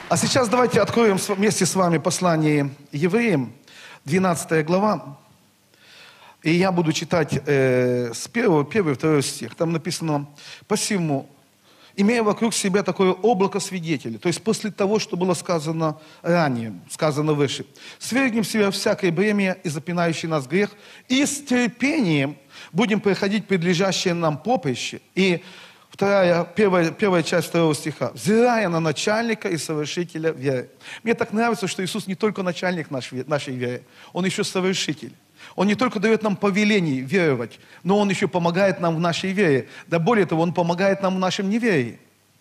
А сейчас давайте откроем вместе с вами послание Евреям, 12 глава. И я буду читать с 1-2 стих. Там написано: «Посему, имея вокруг себя такое облако свидетелей», то есть после того, что было сказано ранее, сказано выше, «свергнем в себя всякое бремя и запинающий нас грех, и с терпением будем проходить предлежащее нам поприще». И первая часть 2 стиха. «Взирая на начальника и совершителя веры». Мне так нравится, что Иисус не только начальник нашей веры, Он еще совершитель. Он не только дает нам повеление веровать, но Он еще помогает нам в нашей вере. Да более того, Он помогает нам в нашем неверии.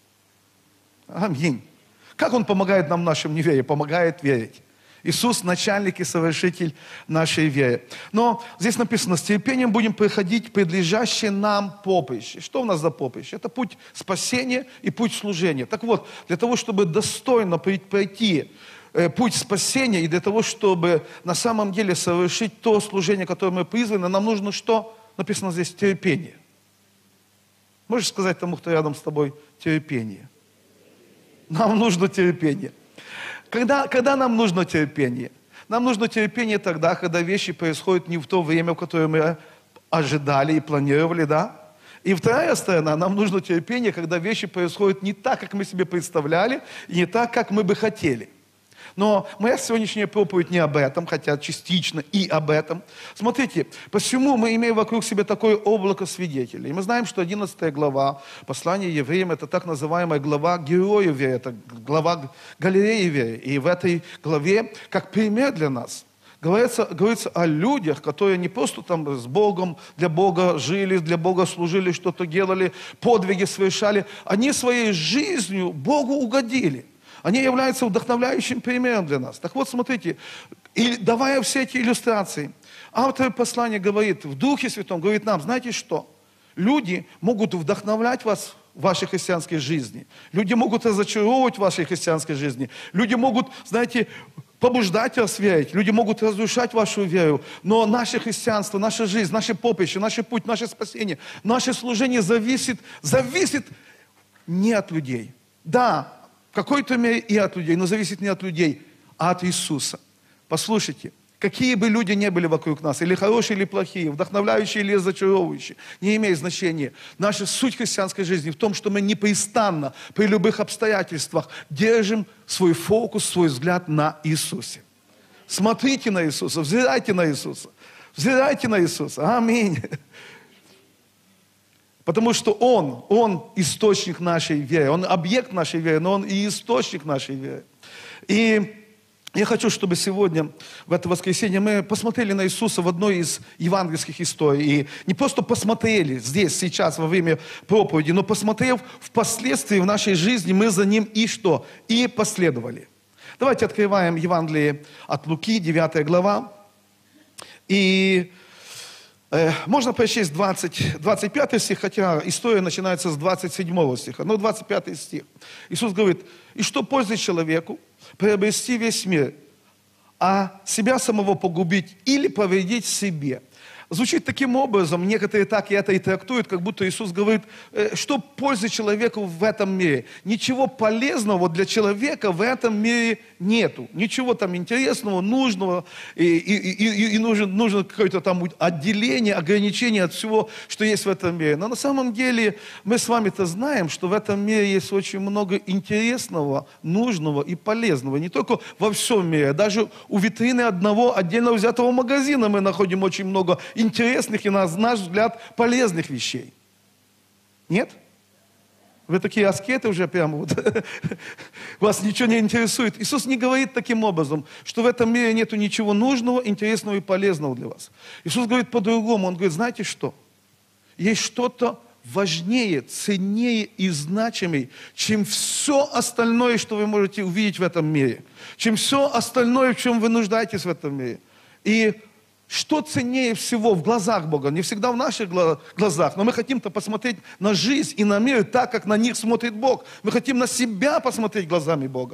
Аминь. Как Он помогает нам в нашем неверии? Помогает верить. Иисус – начальник и совершитель нашей веры. Но здесь написано: с терпением будем проходить предлежащее нам поприще. Что у нас за поприще? Это путь спасения и путь служения. Так вот, для того, чтобы достойно пройти путь спасения, и для того, чтобы на самом деле совершить то служение, которое мы призваны, нам нужно что? Написано здесь: терпение. Можешь сказать тому, кто рядом с тобой: терпение. Нам нужно терпение. Когда нам нужно терпение? Нам нужно терпение тогда, когда вещи происходят не в то время, в которое мы ожидали и планировали, да? И вторая сторона: нам нужно терпение, когда вещи происходят не так, как мы себе представляли, и не так, как мы бы хотели. Но моя сегодняшняя проповедь не об этом, хотя частично и об этом. Смотрите, посему мы имеем вокруг себя такое облако свидетелей. И мы знаем, что 11 глава послания Евреям — это так называемая глава героев веры, это глава галереи веры. И в этой главе, как пример для нас, говорится о людях, которые не просто там с Богом, для Бога жили, для Бога служили, что-то делали, подвиги совершали. Они своей жизнью Богу угодили. Они являются вдохновляющим примером для нас. Так вот, смотрите, и давая все эти иллюстрации, автор послания говорит, в Духе Святом говорит нам: знаете что? Люди могут вдохновлять вас в вашей христианской жизни. Люди могут разочаровывать в вашей христианской жизни. Люди могут, знаете, побуждать вас верить. Люди могут разрушать вашу веру. Но наше христианство, наша жизнь, наше поприще, наш путь, наше спасение, наше служение зависит не от людей. Да, в какой-то мере и от людей, но зависит не от людей, а от Иисуса. Послушайте, какие бы люди ни были вокруг нас, или хорошие, или плохие, вдохновляющие, или разочаровывающие, не имеет значения. Наша суть христианской жизни в том, что мы непрестанно, при любых обстоятельствах, держим свой фокус, свой взгляд на Иисусе. Смотрите на Иисуса, взирайте на Иисуса. Взирайте на Иисуса. Аминь. Потому что Он источник нашей веры. Он объект нашей веры, но Он и источник нашей веры. И я хочу, чтобы сегодня, в это воскресенье, мы посмотрели на Иисуса в одной из евангельских историй. И не просто посмотрели здесь, сейчас, во время проповеди, но посмотрев впоследствии в нашей жизни, мы за Ним и что? И последовали. Давайте открываем Евангелие от Луки, 9 глава. И можно прочесть 25 стих, хотя история начинается с 27 стиха, но 25 стих. Иисус говорит: «И что пользы человеку приобрести весь мир, а себя самого погубить или повредить себе?» Звучит таким образом, некоторые так и это и трактуют, как будто Иисус говорит, что пользы человеку в этом мире. Ничего полезного для человека в этом мире нету. Ничего там интересного, нужного, и нужно какое-то там отделение, ограничение от всего, что есть в этом мире. Но на самом деле мы с вами-то знаем, что в этом мире есть очень много интересного, нужного и полезного. Не только во всем мире, даже у витрины одного отдельно взятого магазина мы находим очень много интересных и, на наш взгляд, полезных вещей. Нет? Вы такие аскеты уже прямо вот. Вас ничего не интересует. Иисус не говорит таким образом, что в этом мире нету ничего нужного, интересного и полезного для вас. Иисус говорит по-другому. Он говорит: знаете что? Есть что-то важнее, ценнее и значимее, чем все остальное, что вы можете увидеть в этом мире. Чем все остальное, в чем вы нуждаетесь в этом мире. И что ценнее всего в глазах Бога? Не всегда в наших глазах, но мы хотим-то посмотреть на жизнь и на мир так, как на них смотрит Бог. Мы хотим на себя посмотреть глазами Бога.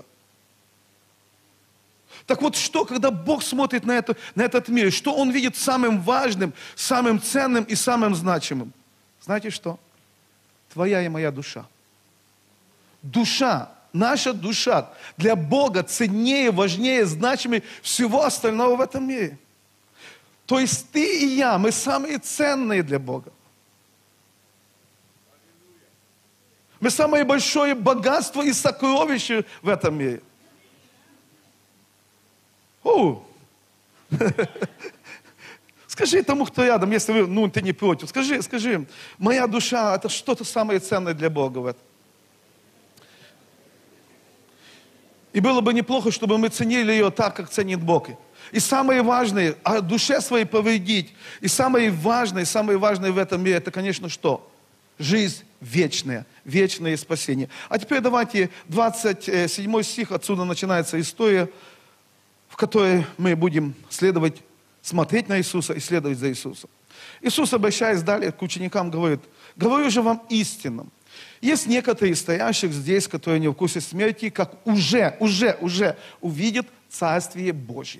Так вот, что, когда Бог смотрит на этот мир, что Он видит самым важным, самым ценным и самым значимым? Знаете что? Твоя и моя душа. Душа наша душа для Бога ценнее, важнее, значимее всего остального в этом мире. То есть ты и я, мы самые ценные для Бога. Мы самое большое богатство и сокровище в этом мире. Скажи тому, кто рядом, если ты не против, скажи им, моя душа, это что-то самое ценное для Бога в этом. И было бы неплохо, чтобы мы ценили ее так, как ценит Бог. И самое важное, о душе своей повредить, и самое важное в этом мире, это, конечно, что? Жизнь вечная, вечное спасение. А теперь давайте 27 стих, отсюда начинается история, в которой мы будем смотреть на Иисуса и следовать за Иисусом. Иисус, обращаясь далее к ученикам, говорит: говорю же вам истинно. Есть некоторые из стоящих здесь, которые не в вкусе смерти, как уже увидят Царствие Божье.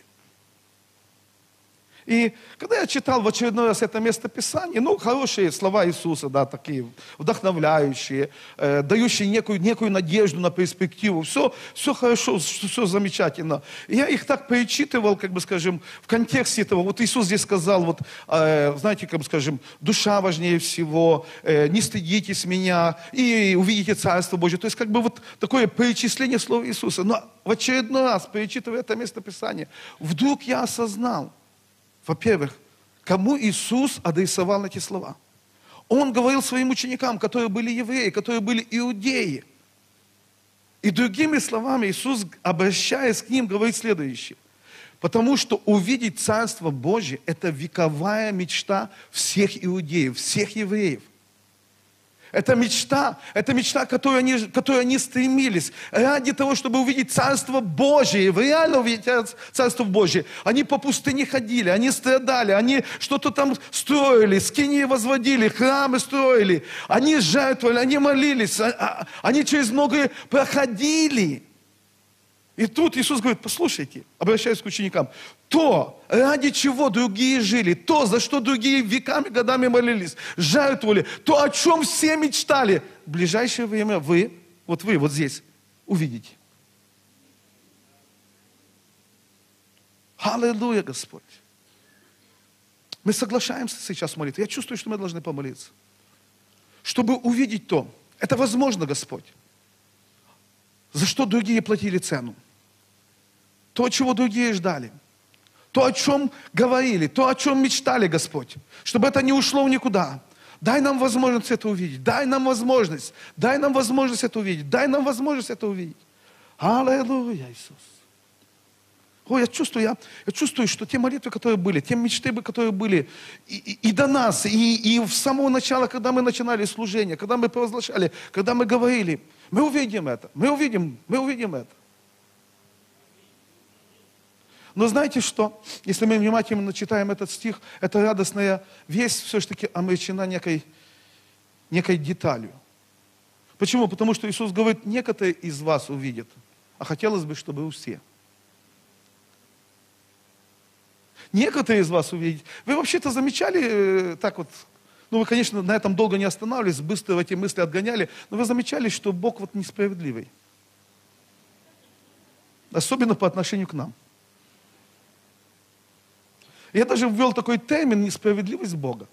И когда я читал в очередной раз это место Писания, хорошие слова Иисуса, да, такие вдохновляющие, дающие некую надежду на перспективу, все хорошо, все замечательно. И я их так перечитывал, в контексте этого. Вот Иисус здесь сказал, знаете, душа важнее всего, не стыдитесь меня, и увидите Царство Божье. То есть, такое перечисление слов Иисуса. Но в очередной раз, перечитывая это место Писания, вдруг я осознал, во-первых, кому Иисус адресовал эти слова. Он говорил своим ученикам, которые были евреи, которые были иудеи. И другими словами Иисус, обращаясь к ним, говорит следующее. Потому что увидеть Царство Божье – это вековая мечта всех иудеев, всех евреев. Это мечта, к которой они стремились. Ради того, чтобы увидеть Царство Божие, реально увидеть Царство Божие. Они по пустыне ходили, они страдали, они что-то там строили, скинии возводили, храмы строили. Они жертвовали, они молились, они через многое проходили. И тут Иисус говорит: послушайте, обращаясь к ученикам, то, ради чего другие жили, то, за что другие веками, годами молились, жертвовали, то, о чем все мечтали, в ближайшее время вы здесь увидите. Аллилуйя, Господь. Мы соглашаемся сейчас в молитве. Я чувствую, что мы должны помолиться. Чтобы увидеть то, это возможно, Господь, за что другие платили цену. То, чего другие ждали. То, о чем говорили, то, о чем мечтали, Господь. Чтобы это не ушло в никуда. Дай нам возможность это увидеть. Дай нам возможность это увидеть. Дай нам возможность это увидеть. Аллилуйя, Иисус. Я чувствую, что те молитвы, которые были, те мечты, которые были и до нас, и с самого начала, когда мы начинали служение, когда мы провозглашали, когда мы говорили, мы увидим это, мы увидим это. Но знаете что? Если мы внимательно читаем этот стих, эта радостная весть все-таки омрачена некой деталью. Почему? Потому что Иисус говорит: некоторые из вас увидят, а хотелось бы, чтобы все. Некоторые из вас увидят. Вы вообще-то замечали вы, конечно, на этом долго не останавливались, быстро эти мысли отгоняли, но вы замечали, что Бог несправедливый. Особенно по отношению к нам. Я даже ввел такой термин — несправедливость Бога.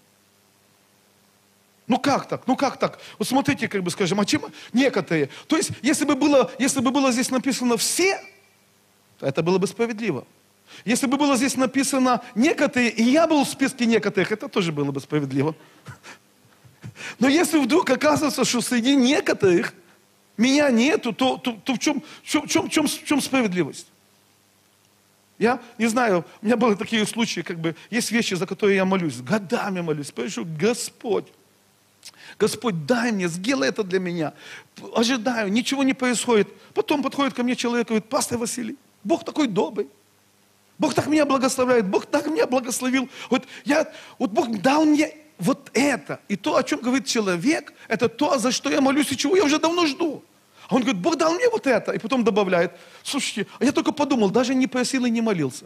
Как так? Вот смотрите, а чем некоторые? То есть, если бы было здесь написано «все», то это было бы справедливо. Если бы было здесь написано «некоторые», и я был в списке некоторых, это тоже было бы справедливо. Но если вдруг оказывается, что среди некоторых меня нету, то в чем справедливость? Я не знаю, у меня были такие случаи, есть вещи, за которые я молюсь, годами молюсь, прошу: Господь, дай мне, сделай это для меня. Ожидаю, ничего не происходит. Потом подходит ко мне человек и говорит: пастор Василий, Бог такой добрый. Бог так меня благословляет, Бог так меня благословил. Бог дал мне вот это. И то, о чем говорит человек, это то, за что я молюсь и чего я уже давно жду. А он говорит: Бог дал мне вот это. И потом добавляет: слушайте, а я только подумал, даже не просил и не молился.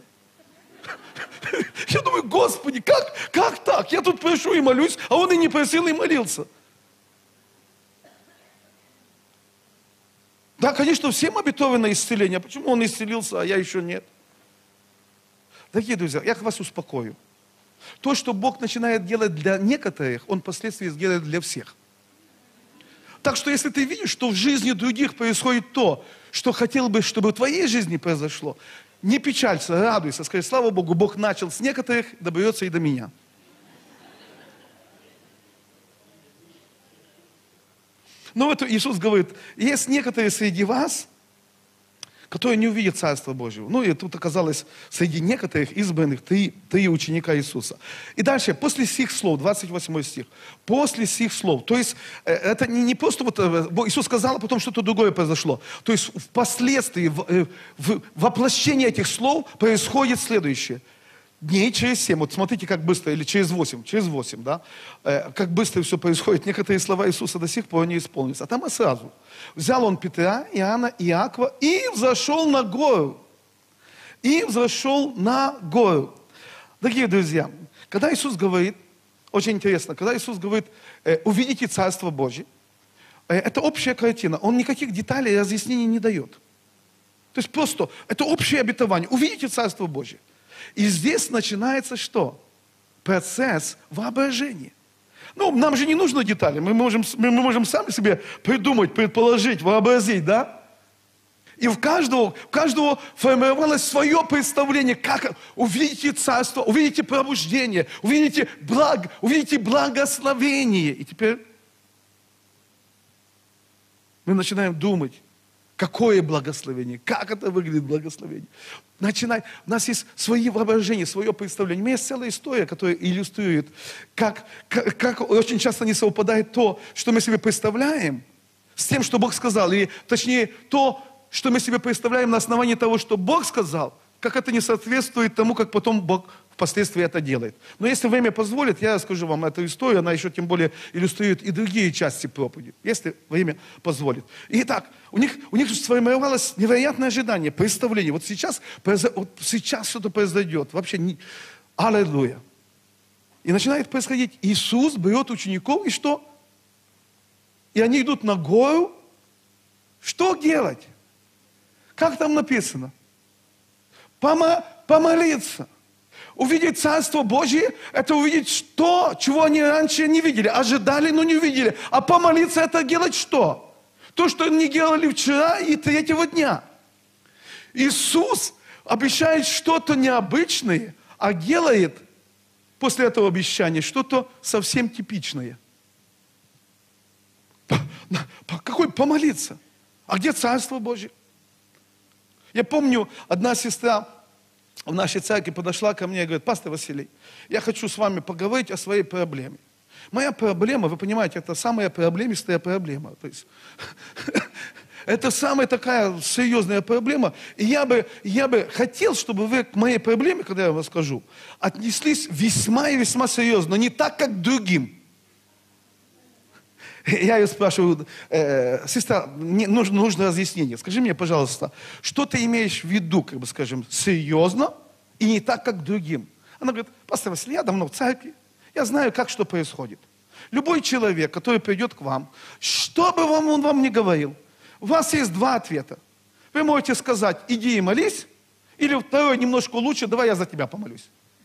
Я думаю: Господи, как так? Я тут прошу и молюсь, а он и не просил, и молился. Да, конечно, всем обетовано исцеление. Почему он исцелился, а я еще нет? Дорогие друзья, я вас успокою. То, что Бог начинает делать для некоторых, Он впоследствии сделает для всех. Так что, если ты видишь, что в жизни других происходит то, что хотел бы, чтобы в твоей жизни произошло, не печалься, радуйся, скажи, слава Богу, Бог начал с некоторых, доберется и до меня. Но вот Иисус говорит, есть некоторые среди вас, которые не увидят Царство Божьего. Ну и тут оказалось среди некоторых избранных три ученика Иисуса. И дальше, после сих слов, 28 стих, после сих слов, то есть это не просто вот Иисус сказал, а потом что-то другое произошло. То есть впоследствии, в воплощении этих слов происходит следующее. Дней через 7, вот смотрите, как быстро, или через 8, да, как быстро все происходит. Некоторые слова Иисуса до сих пор не исполнились. А там сразу. Взял он Петра, Иоанна, Иакова и взошел на гору. Дорогие друзья, когда Иисус говорит, очень интересно, когда Иисус говорит, увидите Царство Божие, это общая картина. Он никаких деталей и разъяснений не дает. То есть просто, это общее обетование. Увидите Царство Божие. И здесь начинается что? Процесс воображения. Ну, нам же не нужны детали. Мы можем сами себе придумать, предположить, вообразить, да? И у каждого формировалось свое представление, как увидите царство, увидите пробуждение, увидите благословение. И теперь мы начинаем думать, какое благословение, как это выглядит благословение. У нас есть свои воображения, свое представление. У меня есть целая история, которая иллюстрирует, как очень часто не совпадает то, что мы себе представляем, с тем, что Бог сказал. Или, точнее, то, что мы себе представляем на основании того, что Бог сказал, как это не соответствует тому, как потом Бог впоследствии это делает. Но если время позволит, я расскажу вам эту историю, она еще тем более иллюстрирует и другие части проповеди, если время позволит. Итак, у них сформировалось невероятное ожидание, представление. Вот сейчас что-то произойдет, вообще аллилуйя. И начинает происходить, Иисус берет учеников, и что? И они идут на гору. Что делать? Как там написано? Помолиться. Увидеть Царство Божье, это увидеть то, чего они раньше не видели. Ожидали, но не увидели. А помолиться, это делать что? То, что они делали вчера и третьего дня. Иисус обещает что-то необычное, а делает после этого обещания что-то совсем типичное. Какой помолиться? А где Царство Божье? Я помню, одна сестра в нашей церкви подошла ко мне и говорит, пастор Василий, я хочу с вами поговорить о своей проблеме. Моя проблема, вы понимаете, это самая проблемистая проблема. То есть, это самая такая серьезная проблема. И я бы хотел, чтобы вы к моей проблеме, когда я вам расскажу, отнеслись весьма и весьма серьезно, не так, как к другим. Я ее спрашиваю, сестра, мне нужно разъяснение. Скажи мне, пожалуйста, что ты имеешь в виду, как бы скажем, серьезно и не так, как к другим? Она говорит, пастор Василий, я давно в церкви, я знаю, как что происходит. Любой человек, который придет к вам, что бы он вам ни говорил, у вас есть два ответа. Вы можете сказать, иди и молись, или второй немножко лучше, давай я за тебя помолюсь.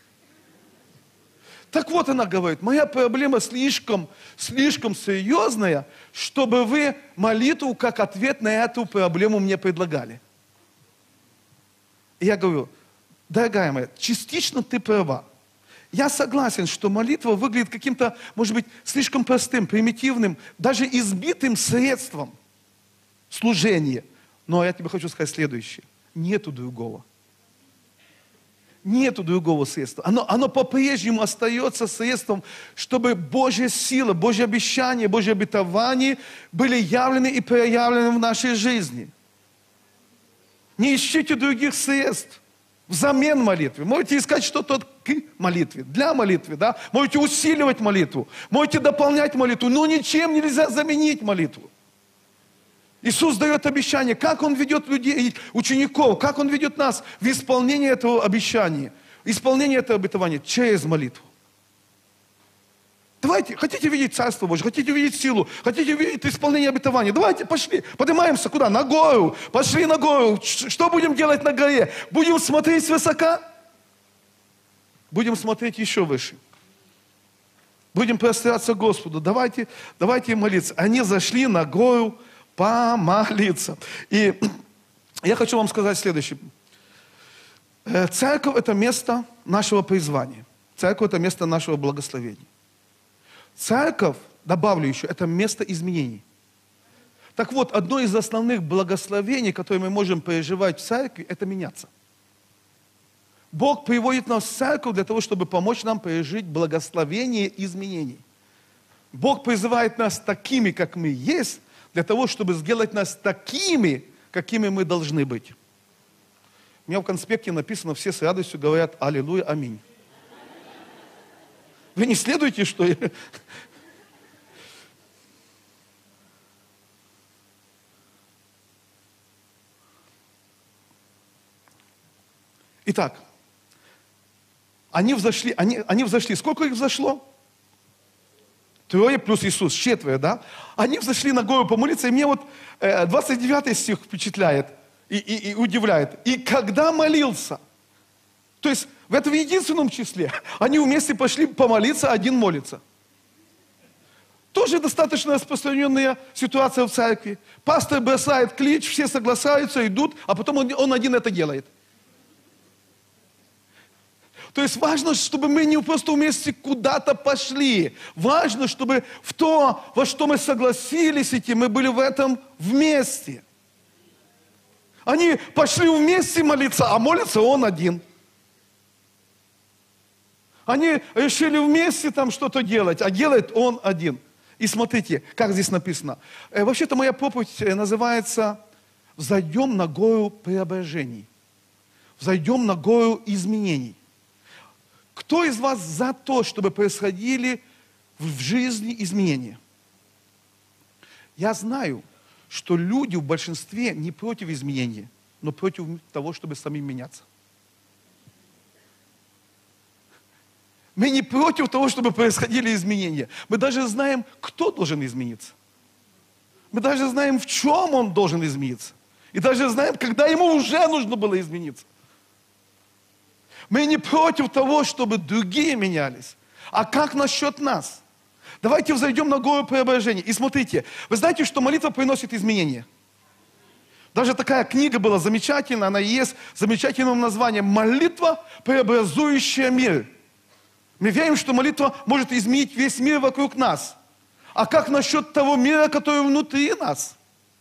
Так вот она говорит, моя проблема слишком серьезная, чтобы вы молитву как ответ на эту проблему мне предлагали. И я говорю, дорогая моя, частично ты права. Я согласен, что молитва выглядит каким-то, может быть, слишком простым, примитивным, даже избитым средством служения. Но я тебе хочу сказать следующее. Нету другого. Нету другого средства. Оно по-прежнему остается средством, чтобы Божья сила, Божье обещание, Божье обетование были явлены и проявлены в нашей жизни. Не ищите других средств взамен молитвы. Можете искать что-то к молитве, для молитвы, да? Можете усиливать молитву, можете дополнять молитву, но ничем нельзя заменить молитву. Иисус дает обещание, как Он ведет людей, учеников, как Он ведет нас в исполнение этого обещания, исполнение этого обетования через молитву. Давайте, хотите видеть Царство Божье, хотите увидеть силу, хотите увидеть исполнение обетования. Давайте, пошли. Поднимаемся куда? На гору. Пошли на гору. Что будем делать на горе? Будем смотреть свысока? Будем смотреть еще выше. Будем простираться к Господу. Давайте молиться. Они зашли на гору помолиться. И я хочу вам сказать следующее. Церковь – это место нашего призвания. Церковь – это место нашего благословения. Церковь, добавлю еще, это место изменений. Так вот, одно из основных благословений, которые мы можем переживать в церкви, это меняться. Бог приводит нас в церковь для того, чтобы помочь нам пережить благословение изменений. Бог призывает нас такими, как мы есть, для того, чтобы сделать нас такими, какими мы должны быть. У меня в конспекте написано, все с радостью говорят «Аллилуйя, аминь». Вы не следуете, что я... Итак, они взошли. Сколько их взошло? 3 плюс Иисус, 4, да? Они взошли на гору помолиться, и мне вот 29 стих впечатляет и удивляет. И когда молился, то есть в этом единственном числе, они вместе пошли помолиться, один молится. Тоже достаточно распространенная ситуация в церкви. Пастор бросает клич, все соглашаются, идут, а потом он один это делает. То есть важно, чтобы мы не просто вместе куда-то пошли. Важно, чтобы в то, во что мы согласились идти, мы были в этом вместе. Они пошли вместе молиться, а молится он один. Они решили вместе там что-то делать, а делает он один. И смотрите, как здесь написано. Вообще-то моя проповедь называется «Взойдем на гору преображений». Взойдем на гору изменений. Кто из вас за то, чтобы происходили в жизни изменения? Я знаю, что люди в большинстве не против изменения, но против того, чтобы самим меняться. Мы не против того, чтобы происходили изменения. Мы даже знаем, кто должен измениться. Мы даже знаем, в чем он должен измениться. И даже знаем, когда ему уже нужно было измениться. Мы не против того, чтобы другие менялись. А как насчет нас? Давайте взойдем на гору преображения. И смотрите, вы знаете, что молитва приносит изменения? Даже такая книга была замечательная, она есть с замечательным названием «Молитва, преобразующая мир». Мы верим, что молитва может изменить весь мир вокруг нас. А как насчет того мира, который внутри нас?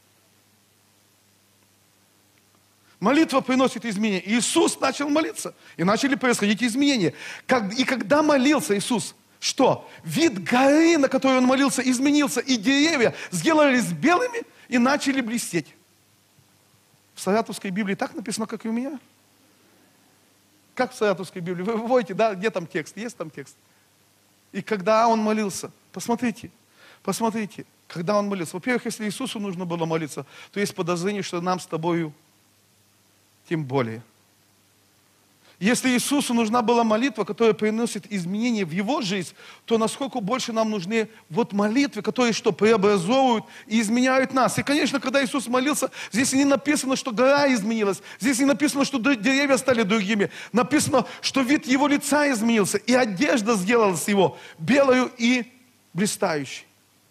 Молитва приносит изменения. Иисус начал молиться, и начали происходить изменения. И когда молился Иисус, что? Вид горы, на которой он молился, изменился, и деревья сделались белыми и начали блестеть. В Саратовской Библии так написано, как и у меня. Как в Саратовской Библии? Вы выводите, да, где там текст? Есть там текст? И когда он молился, посмотрите, когда он молился. Во-первых, если Иисусу нужно было молиться, то есть подозрение, что нам с тобою тем более. Если Иисусу нужна была молитва, которая приносит изменения в Его жизнь, то насколько больше нам нужны вот молитвы, которые что, преобразовывают и изменяют нас. И, конечно, когда Иисус молился, здесь не написано, что гора изменилась, здесь не написано, что деревья стали другими, написано, что вид Его лица изменился, и одежда сделалась Его белою и блистающей.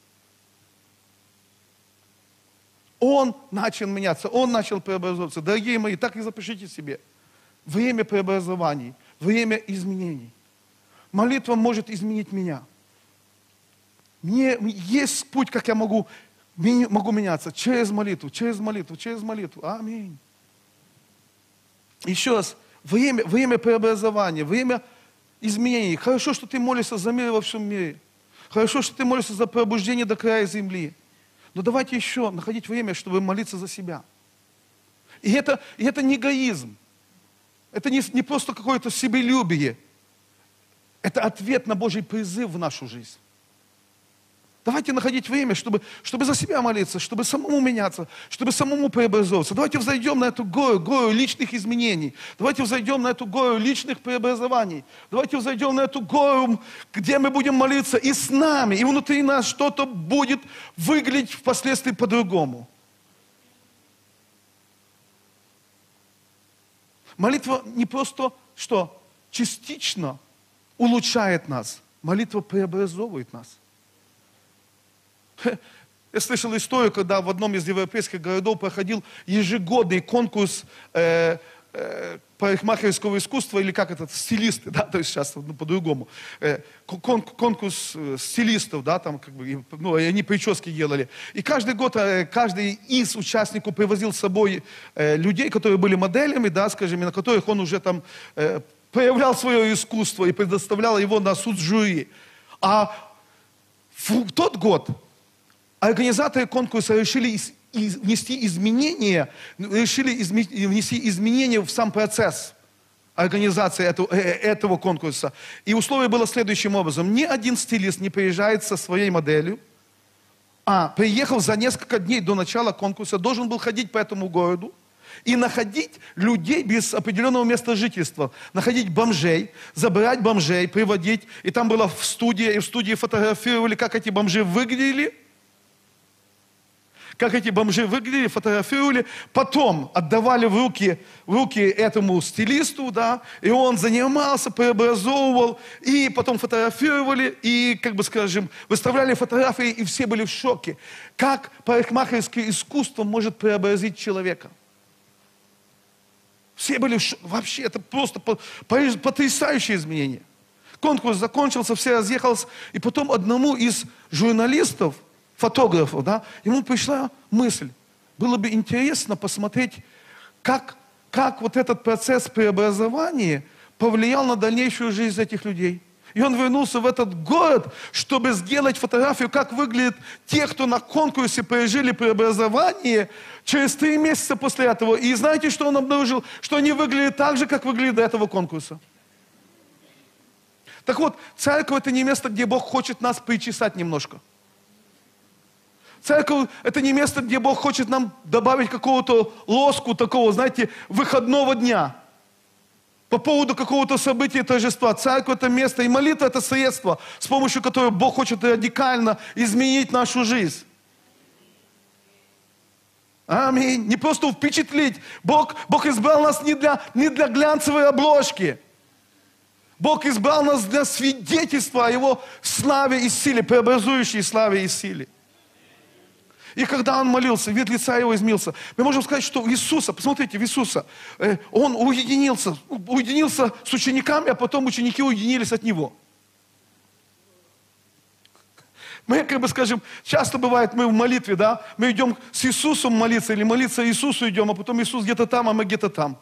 Он начал меняться, он начал преобразовываться. Дорогие мои, так и запишите себе. Время преобразований, время изменений. Молитва может изменить меня. Мне есть путь, как я могу меняться. Через молитву, через молитву, через молитву. Аминь. Еще раз. Время преобразования, время изменений. Хорошо, что ты молишься за мир во всем мире. Хорошо, что ты молишься за пробуждение до края земли. Но давайте еще находить время, чтобы молиться за себя. И это не эгоизм. Это не просто какое-то себелюбие. Это ответ на Божий призыв в нашу жизнь. Давайте находить время, чтобы за себя молиться, чтобы самому меняться, чтобы самому преобразовываться. Давайте взойдем на эту гору личных изменений. Давайте взойдем на эту гору личных преобразований. Давайте взойдем на эту гору, где мы будем молиться, и с нами, и внутри нас что-то будет выглядеть впоследствии по-другому. Молитва не просто, что частично улучшает нас. Молитва преобразовывает нас. Я слышал историю, когда в одном из европейских городов проходил ежегодный конкурс парикмахерского искусства, или как это, стилисты, да, то есть сейчас по-другому. Конкурс стилистов, да, там как бы, ну, они прически делали. И каждый год каждый из участников привозил с собой людей, которые были моделями, да, скажем, на которых он уже там проявлял свое искусство и предоставлял его на суд жюри. А в тот год организаторы конкурса решили внести изменения в сам процесс организации этого конкурса. И условие было следующим образом. Ни один стилист не приезжает со своей моделью, а приехав за несколько дней до начала конкурса, должен был ходить по этому городу и находить людей без определенного места жительства. Находить бомжей, забирать бомжей, приводить. И там было в студии, и в студии фотографировали, как эти бомжи выглядели. Фотографировали, потом отдавали в руки этому стилисту, да, и он занимался, преобразовывал, и потом фотографировали, и, как бы скажем, выставляли фотографии, и все были в шоке. Как парикмахерское искусство может преобразить человека? Все были в шоке. Вообще, это просто потрясающее изменение. Конкурс закончился, все разъехались, и потом одному из журналистов, фотографов, да, ему пришла мысль. Было бы интересно посмотреть, как вот этот процесс преобразования повлиял на дальнейшую жизнь этих людей. И он вернулся в этот город, чтобы сделать фотографию, как выглядят те, кто на конкурсе пережили преобразование через 3 месяца после этого. И знаете, что он обнаружил? Что они выглядят так же, как выглядели до этого конкурса. Так вот, церковь — это не место, где Бог хочет нас причесать немножко. Церковь — это не место, где Бог хочет нам добавить какого-то лоску такого, знаете, выходного дня. По поводу какого-то события, торжества. Церковь — это место, и молитва — это средство, с помощью которого Бог хочет радикально изменить нашу жизнь. Аминь. Не просто впечатлить. Бог избрал нас не для глянцевой обложки. Бог избрал нас для свидетельства о Его славе и силе, преобразующей славе и силе. И когда он молился, вид лица его изменился. Мы можем сказать, что Иисуса, посмотрите, в Иисуса, он уединился с учениками, а потом ученики уединились от него. Мы, как бы скажем, часто бывает, мы в молитве, да, мы идем с Иисусом молиться, или молиться Иисусу идем, а потом Иисус где-то там, а мы где-то там.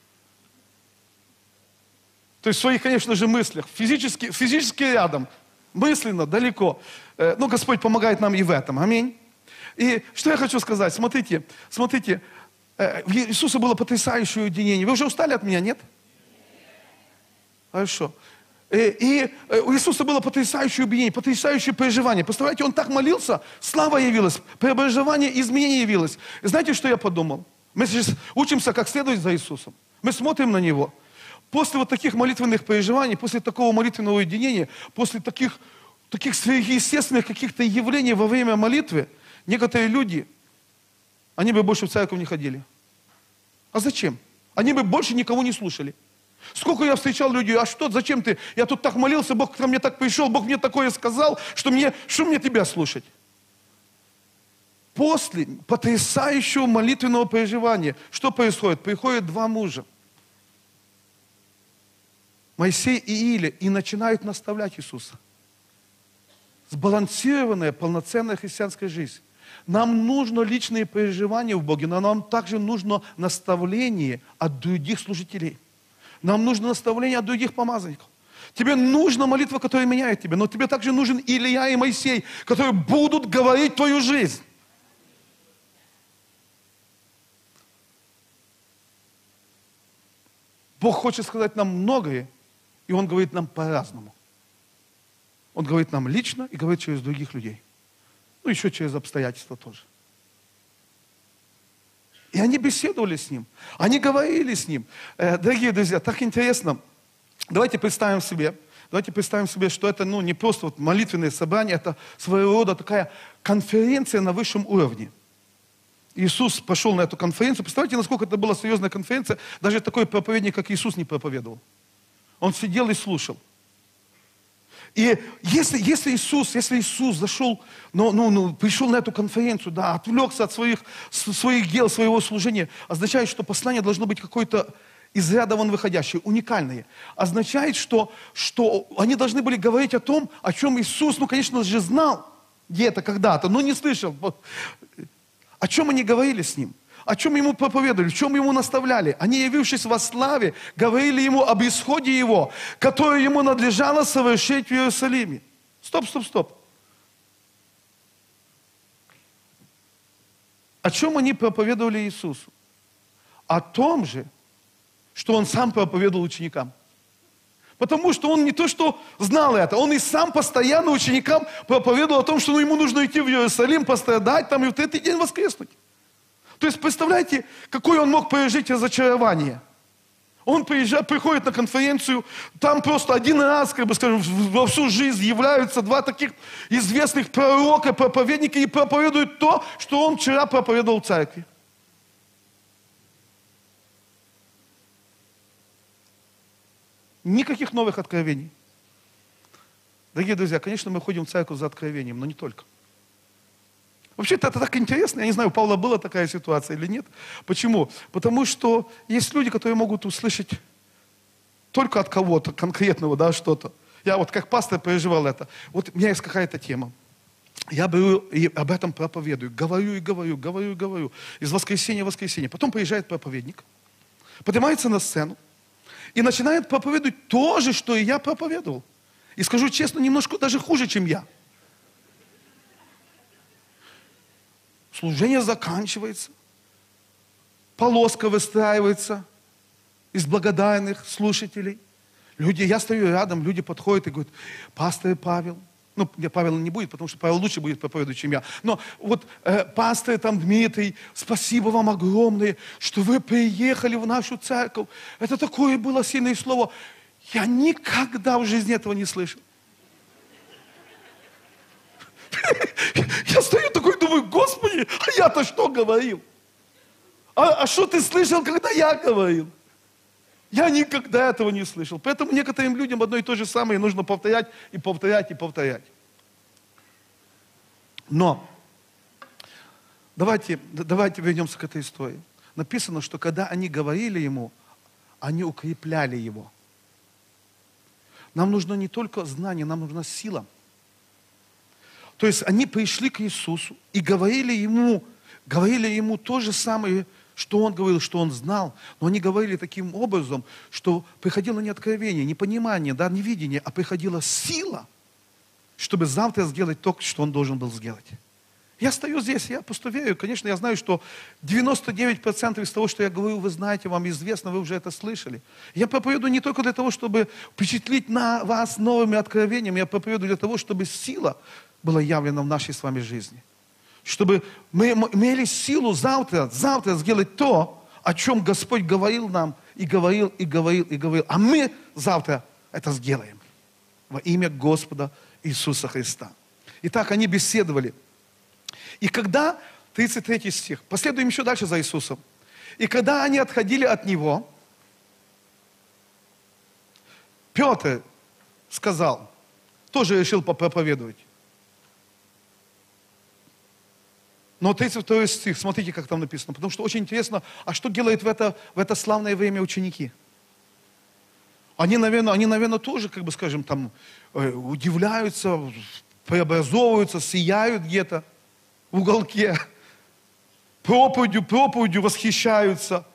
То есть в своих, конечно же, мыслях, физически рядом, мысленно, далеко. Но Господь помогает нам и в этом. Аминь. И что я хочу сказать? Смотрите, у Иисуса было потрясающее уединение. Вы уже устали от меня, нет? Хорошо. И у Иисуса было потрясающее уединение, потрясающее переживание. Представляете, Он так молился, слава явилась, преобразование, изменение явилось. И знаете, что я подумал? Мы сейчас учимся, как следовать за Иисусом. Мы смотрим на Него. После вот таких молитвенных переживаний, после такого молитвенного уединения, после таких сверхъестественных каких-то явлений во время молитвы, некоторые люди, они бы больше в церковь не ходили. А зачем? Они бы больше никого не слушали. Сколько я встречал людей, а что, зачем ты? Я тут так молился, Бог ко мне так пришел, Бог мне такое сказал, что мне тебя слушать? После потрясающего молитвенного переживания, что происходит? Приходят 2 мужа, Моисей и Илия, и начинают наставлять Иисуса. Сбалансированная, полноценная христианская жизнь. Нам нужно личные переживания в Боге, но нам также нужно наставление от других служителей. Нам нужно наставление от других помазанников. Тебе нужна молитва, которая меняет тебя, но тебе также нужен Илия и Моисей, которые будут говорить твою жизнь. Бог хочет сказать нам многое, и Он говорит нам по-разному. Он говорит нам лично и говорит через других людей. Ну, еще через обстоятельства тоже. И они беседовали с ним. Они говорили с ним. Дорогие друзья, так интересно. Давайте представим себе, что это не просто вот молитвенное собрание, это своего рода такая конференция на высшем уровне. Иисус пошел на эту конференцию. Представляете, насколько это была серьезная конференция? Даже такой проповедник, как Иисус, не проповедовал. Он сидел и слушал. И если Иисус зашел, пришел на эту конференцию, отвлекся от своих дел, своего служения, означает, что послание должно быть какое-то из ряда вон выходящее, уникальное. Означает, что они должны были говорить о том, о чем Иисус, конечно же, знал где-то, когда-то, но не слышал. О чем они говорили с Ним? О чем Ему проповедовали, в чем Ему наставляли? Они, явившись во славе, говорили Ему об исходе Его, который Ему надлежало совершить в Иерусалиме. Стоп. О чем они проповедовали Иисусу? О том же, что Он сам проповедовал ученикам. Потому что Он не то, что знал это, Он и сам постоянно ученикам проповедовал о том, что Ему нужно идти в Иерусалим, пострадать там и в третий день воскреснуть. То есть, представляете, какое он мог пережить разочарование. Он приходит на конференцию, там просто один раз, во всю жизнь являются два таких известных пророка, проповедника, и проповедуют то, что он вчера проповедовал в церкви. Никаких новых откровений. Дорогие друзья, конечно, мы ходим в церковь за откровением, но не только. Вообще-то это так интересно, я не знаю, у Павла была такая ситуация или нет. Почему? Потому что есть люди, которые могут услышать только от кого-то конкретного, что-то. Я вот как пастор переживал это. Вот у меня есть какая-то тема. Я беру и об этом проповедую, говорю, из воскресенья в воскресенье. Потом приезжает проповедник, поднимается на сцену и начинает проповедовать то же, что и я проповедовал. И скажу честно, немножко даже хуже, чем я. Служение заканчивается, полоска выстраивается из благодарных слушателей. Я стою рядом, люди подходят и говорят: пастор Павел, Павел не будет, потому что Павел лучше будет проповедовать, чем я. Но вот пастор Дмитрий, спасибо вам огромное, что вы приехали в нашу церковь. Это такое было сильное слово. Я никогда в жизни этого не слышал. Я стою такой, думаю: Господи, а я-то что говорил? А что ты слышал, когда я говорил? Я никогда этого не слышал. Поэтому некоторым людям одно и то же самое нужно повторять и повторять и повторять. Но давайте вернемся к этой истории. Написано, что когда они говорили ему, они укрепляли его. Нам нужно не только знание, нам нужна сила. То есть они пришли к Иисусу и говорили ему то же самое, что он говорил, что он знал. Но они говорили таким образом, что приходило не откровение, не понимание, не видение, а приходила сила, чтобы завтра сделать то, что он должен был сделать. Я стою здесь, я просто верю. Конечно, я знаю, что 99% из того, что я говорю, вы знаете, вам известно, вы уже это слышали. Я проповедую не только для того, чтобы впечатлить на вас новыми откровениями, я проповедую для того, чтобы сила была явлена в нашей с вами жизни. Чтобы мы имели силу завтра сделать то, о чем Господь говорил нам, и говорил. А мы завтра это сделаем. Во имя Господа Иисуса Христа. Итак, они беседовали. И когда, 33 стих, последуем еще дальше за Иисусом. И когда они отходили от Него, Петр сказал, тоже решил попроповедовать. Но 32 стих, смотрите, как там написано. Потому что очень интересно, а что делают в это славное время ученики? Они, наверное, тоже, удивляются, преобразовываются, сияют где-то в уголке. Проповедью восхищаются.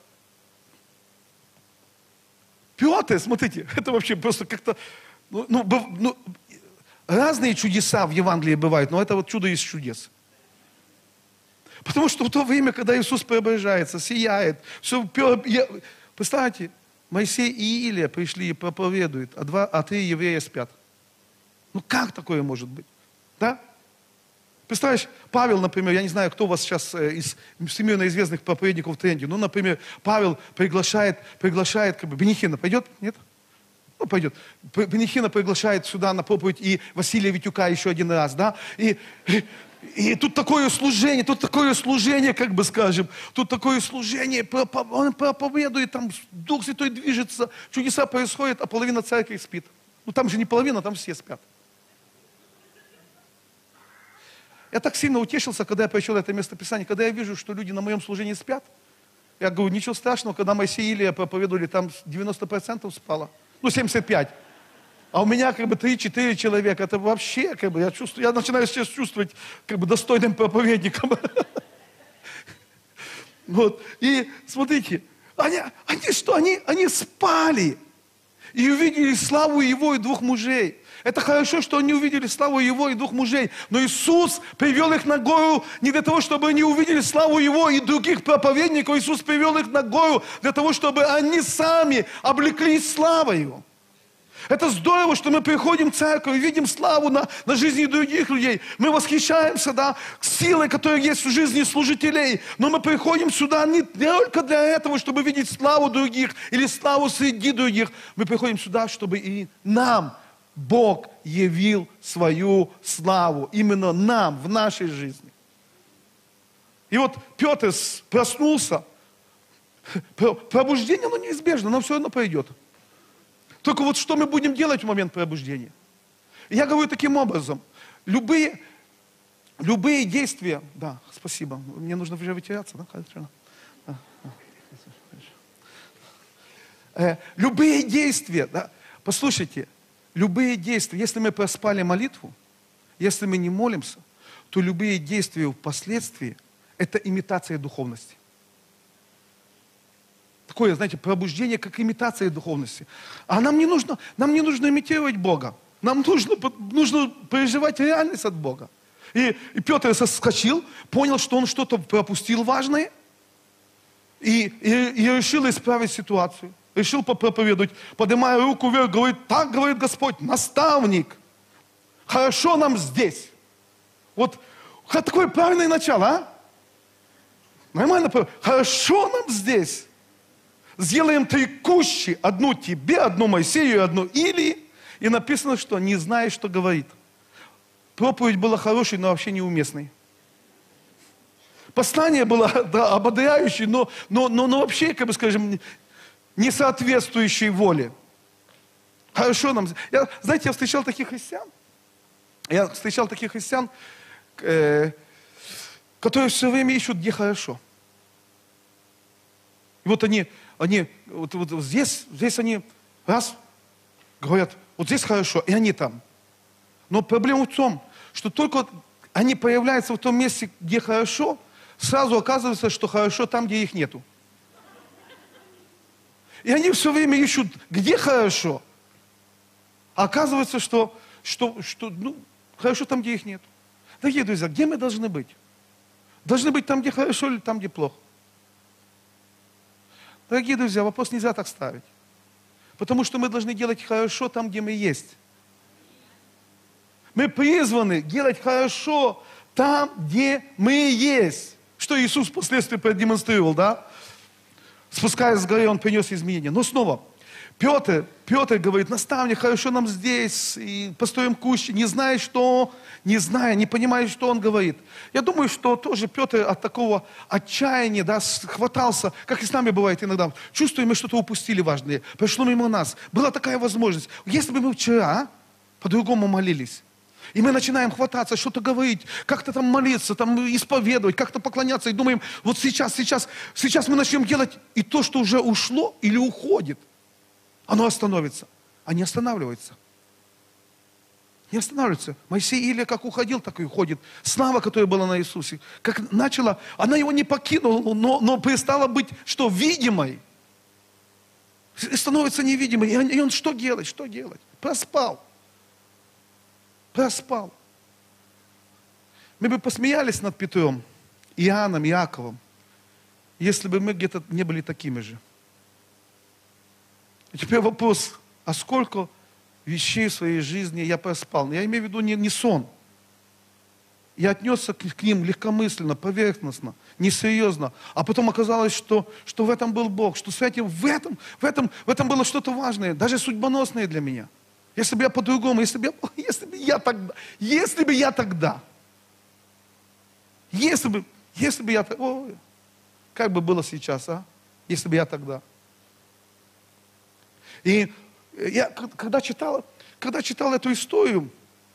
Петр, смотрите, это вообще просто как-то... разные чудеса в Евангелии бывают, но это вот чудо из чудес. Потому что в то время, когда Иисус преображается, сияет, представьте, Моисей и Илия пришли и проповедуют, а 3 еврея спят. Как такое может быть? Да? Представляешь, Павел, например, я не знаю, кто у вас сейчас из всемирно известных проповедников в тренде, ну, например, Павел приглашает как бы, Бенихина пойдет? Нет? Ну, пойдет. Бенихина приглашает сюда на проповедь и Василия Витюка еще один раз, да? И тут такое служение, как бы скажем, тут такое служение, он проповедует, там Дух Святой движется, чудеса происходят, а половина церкви спит. Ну, там же не половина, там все спят. Я так сильно утешился, когда я прочел это местописание, когда я вижу, что люди на моем служении спят. Я говорю, ничего страшного, когда Моисей и Илия проповедовали, там 90% спало. Ну, 75%. А у меня как бы 3-4 человека. Это вообще, как бы, я начинаю себя чувствовать как бы достойным проповедником. Вот. И смотрите, они спали и увидели славу его и двух мужей. Это хорошо, что они увидели славу его и двух мужей. Но Иисус привел их на гору не для того, чтобы они увидели славу его и других проповедников. Иисус привел их на гору для того, чтобы они сами облеклись славою. Это здорово, что мы приходим в церковь и видим славу на жизни других людей. Мы восхищаемся, да, силой, которая есть в жизни служителей. Но мы приходим сюда не только для этого, чтобы видеть славу других или славу среди других. Мы приходим сюда, чтобы и нам Бог явил свою славу. Именно нам, в нашей жизни. И вот Петр проснулся. Пробуждение, оно неизбежно, но все равно пойдет. Только вот что мы будем делать в момент пробуждения? Я говорю таким образом. Любые действия... Да, спасибо. Мне нужно уже вытеряться, да? Любые действия, да? Послушайте, любые действия, если мы проспали молитву, если мы не молимся, то любые действия впоследствии – это имитация духовности. Такое, знаете, пробуждение, как имитация духовности. А нам не нужно имитировать Бога. Нам нужно переживать реальность от Бога. И Петр соскочил, понял, что он что-то пропустил важное, и решил исправить ситуацию. Решил проповедовать, поднимая руку вверх, говорит, так говорит Господь, наставник, хорошо нам здесь. Вот такое правильное начало, а? Нормально, хорошо нам здесь. Сделаем 3 кущи, одну тебе, одну Моисею и одну Илии. И написано, что не знаешь, что говорит. Проповедь была хорошей, но вообще неуместной. Послание было, да, ободряющее, но вообще, как бы скажем, не соответствующей воле. Хорошо нам. Знаете, я встречал таких христиан. Которые все время ищут, где хорошо. И вот они здесь они раз говорят, вот здесь хорошо, и они там. Но проблема в том, что только они появляются в том месте, где хорошо, сразу оказывается, что хорошо там, где их нету. И они все время ищут, где хорошо. А оказывается, что хорошо там, где их нет. Дорогие друзья, где мы должны быть? Должны быть там, где хорошо, или там, где плохо? Дорогие друзья, вопрос нельзя так ставить. Потому что мы должны делать хорошо там, где мы есть. Мы призваны делать хорошо там, где мы есть. Что Иисус впоследствии продемонстрировал, да? Спускаясь с горы, Он принес изменения. Но снова, Петр говорит, наставник, хорошо нам здесь, и построим кущи, не понимая, что он говорит. Я думаю, что тоже Петр от такого отчаяния, да, хватался, как и с нами бывает иногда. Чувствуем, мы что-то упустили важное, прошло мимо нас. Была такая возможность. Если бы мы вчера по-другому молились, и мы начинаем хвататься, что-то говорить, как-то там молиться, там исповедовать, как-то поклоняться, и думаем, вот сейчас мы начнем делать, и то, что уже ушло или уходит, оно остановится. А не останавливается. Не останавливается. Моисей и Илия как уходил, так и уходит. Слава, которая была на Иисусе, как начала, она его не покинула, но перестала быть, что, видимой. И становится невидимой. И он что делать? Проспал. Мы бы посмеялись над Петром, Иоанном, Иаковом, если бы мы где-то не были такими же. И теперь вопрос, а сколько вещей в своей жизни я проспал? Я имею в виду не сон. Я отнесся к ним легкомысленно, поверхностно, несерьезно. А потом оказалось, что в этом был Бог, что с этим, в этом было что-то важное, даже судьбоносное для меня. Если бы я по-другому, если бы я тогда, ой, как бы было сейчас, а? Если бы я тогда. И я, когда читал эту историю,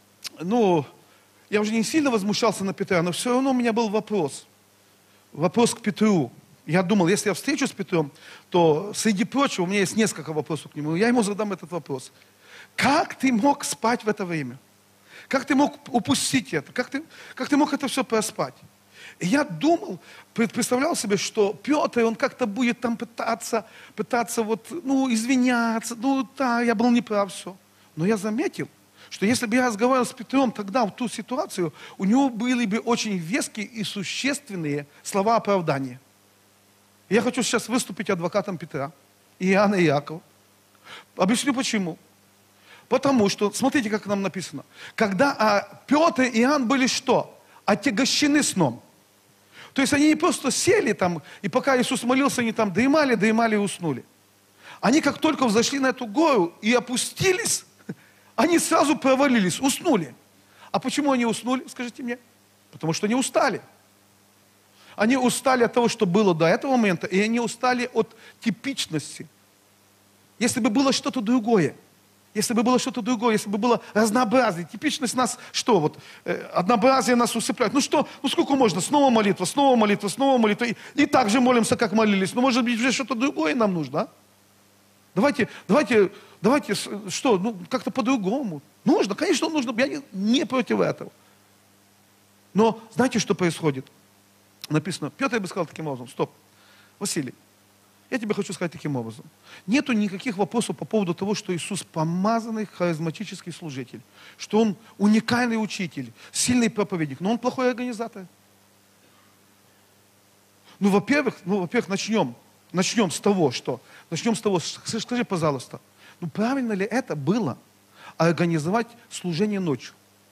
я уже не сильно возмущался на Петра, но все равно у меня был вопрос. Вопрос к Петру. Я думал, если я встречусь с Петром, то, среди прочего, у меня есть несколько вопросов к нему. Я ему задам этот вопрос. Как ты мог спать в это время? Как ты мог упустить это? Как ты мог это все проспать? И я думал, представлял себе, что Петр, он как-то будет там пытаться извиняться. Я был неправ, все. Но я заметил, что если бы я разговаривал с Петром тогда, в ту ситуацию, у него были бы очень веские и существенные слова оправдания. Я хочу сейчас выступить адвокатом Петра, и Иоанна, и Иакова. Объясню почему. Потому что, смотрите, как нам написано. Когда Петр и Иоанн были что? Отягощены сном. То есть они не просто сели там, и пока Иисус молился, они там дремали и уснули. Они как только взошли на эту гору и опустились, они сразу провалились, уснули. А почему они уснули, скажите мне? Потому что они устали. Они устали от того, что было до этого момента, и они устали от типичности. Если бы было что-то другое, если бы было разнообразие, типичность нас, однообразие нас усыпляет. Сколько можно? Снова молитва, и так же молимся, как молились. Может быть, уже что-то другое нам нужно, а? Давайте, как-то по-другому. Нужно, конечно, нужно, я не против этого. Но знаете, что происходит? Написано, Петр бы сказал таким образом, стоп, Василий, я тебе хочу сказать таким образом. Нету никаких вопросов по поводу того, что Иисус помазанный харизматический служитель, что Он уникальный учитель, сильный проповедник, но Он плохой организатор. Во-первых, начнем с того, скажи, пожалуйста, правильно ли это было организовать служение ночью?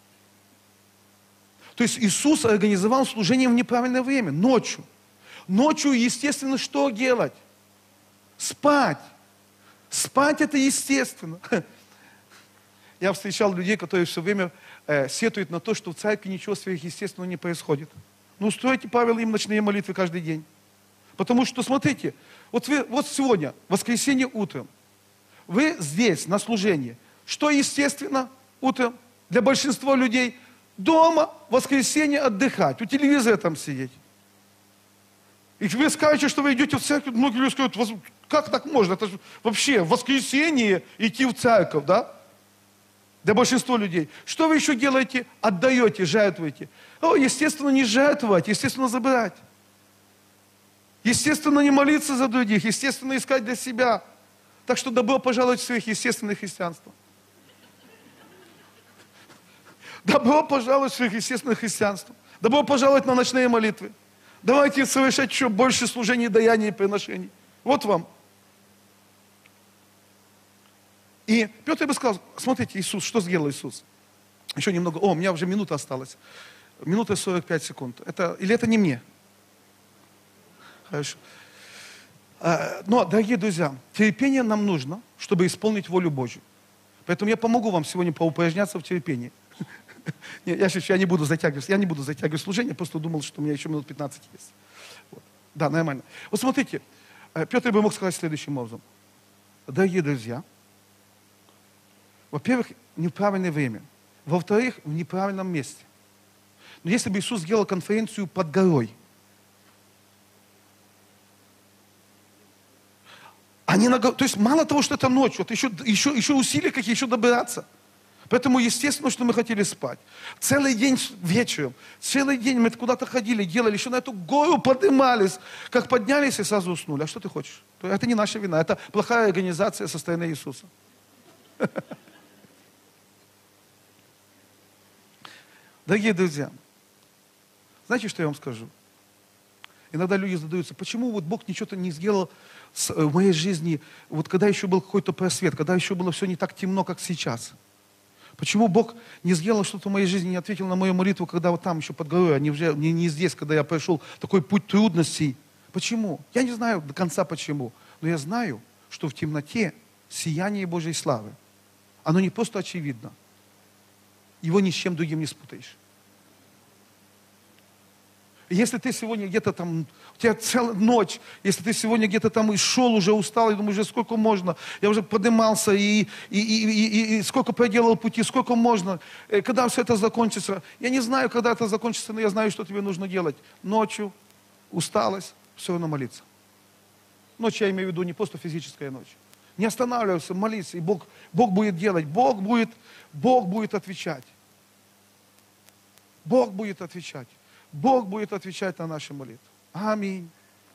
То есть Иисус организовал служение в неправильное время, ночью. Ночью, естественно, что делать? Спать. Спать это естественно. Я встречал людей, которые все время сетуют на то, что в церкви ничего сверхъестественного не происходит. Устройте, Павел, им ночные молитвы каждый день. Потому что, смотрите, вот сегодня, воскресенье утром, вы здесь, на служении. Что естественно утром для большинства людей? Дома, в воскресенье отдыхать, у телевизора там сидеть. И вы скажете, что вы идете в церковь, многие люди скажут, как так можно? Это же вообще в воскресенье идти в церковь, да? Для большинства людей. Что вы еще делаете? Отдаете, жертвуете. Естественно, не жертвовать, естественно, забирать. Естественно, не молиться за других, естественно, искать для себя. Так что добро пожаловать в сверхъестественное христианство. Добро пожаловать в сверхъестественное христианство. Добро пожаловать на ночные молитвы. Давайте совершать еще больше служений, даяний и приношений. Вот вам. И Петр бы сказал, смотрите, Иисус, что сделал Иисус? Еще немного. У меня уже минута осталась. Минута 45 секунд. Или это не мне? Хорошо. Но, дорогие друзья, терпение нам нужно, чтобы исполнить волю Божью. Поэтому я помогу вам сегодня поупражняться в терпении. Я не буду затягивать служение, просто думал, что у меня еще минут 15 есть. Да, нормально. Вот смотрите, Петр бы мог сказать следующим образом. Дорогие друзья, во-первых, неправильное время. Во-вторых, в неправильном месте. Но если бы Иисус сделал конференцию под горой, то есть мало того, что это ночь, вот еще усилия какие, еще добираться. Поэтому естественно, что мы хотели спать. Целый день вечером, целый день мы куда-то ходили, делали, еще на эту гору поднимались. Как поднялись и сразу уснули. А что ты хочешь? Это не наша вина, это плохая организация со стороны Иисуса. Дорогие друзья, знаете, что я вам скажу? Иногда люди задаются, почему вот Бог ничего-то не сделал в моей жизни, вот когда еще был какой-то просвет, когда еще было все не так темно, как сейчас. Почему Бог не сделал что-то в моей жизни, не ответил на мою молитву, когда вот там еще под горой, а не здесь, когда я прошел такой путь трудностей? Почему? Я не знаю до конца почему, но я знаю, что в темноте сияние Божьей славы, оно не просто очевидно, его ни с чем другим не спутаешь. Если ты сегодня где-то там, у тебя целая ночь, если ты сегодня где-то там и шел уже, устал, и думаешь, уже сколько можно, я уже поднимался, и сколько проделал пути, сколько можно, когда все это закончится. Я не знаю, когда это закончится, но я знаю, что тебе нужно делать. Ночью, усталость, все равно молиться. Ночь я имею в виду не просто физическая ночь. Не останавливайся, молись, и Бог будет делать, Бог будет отвечать. Бог будет отвечать. Бог будет отвечать на наши молитвы. Аминь.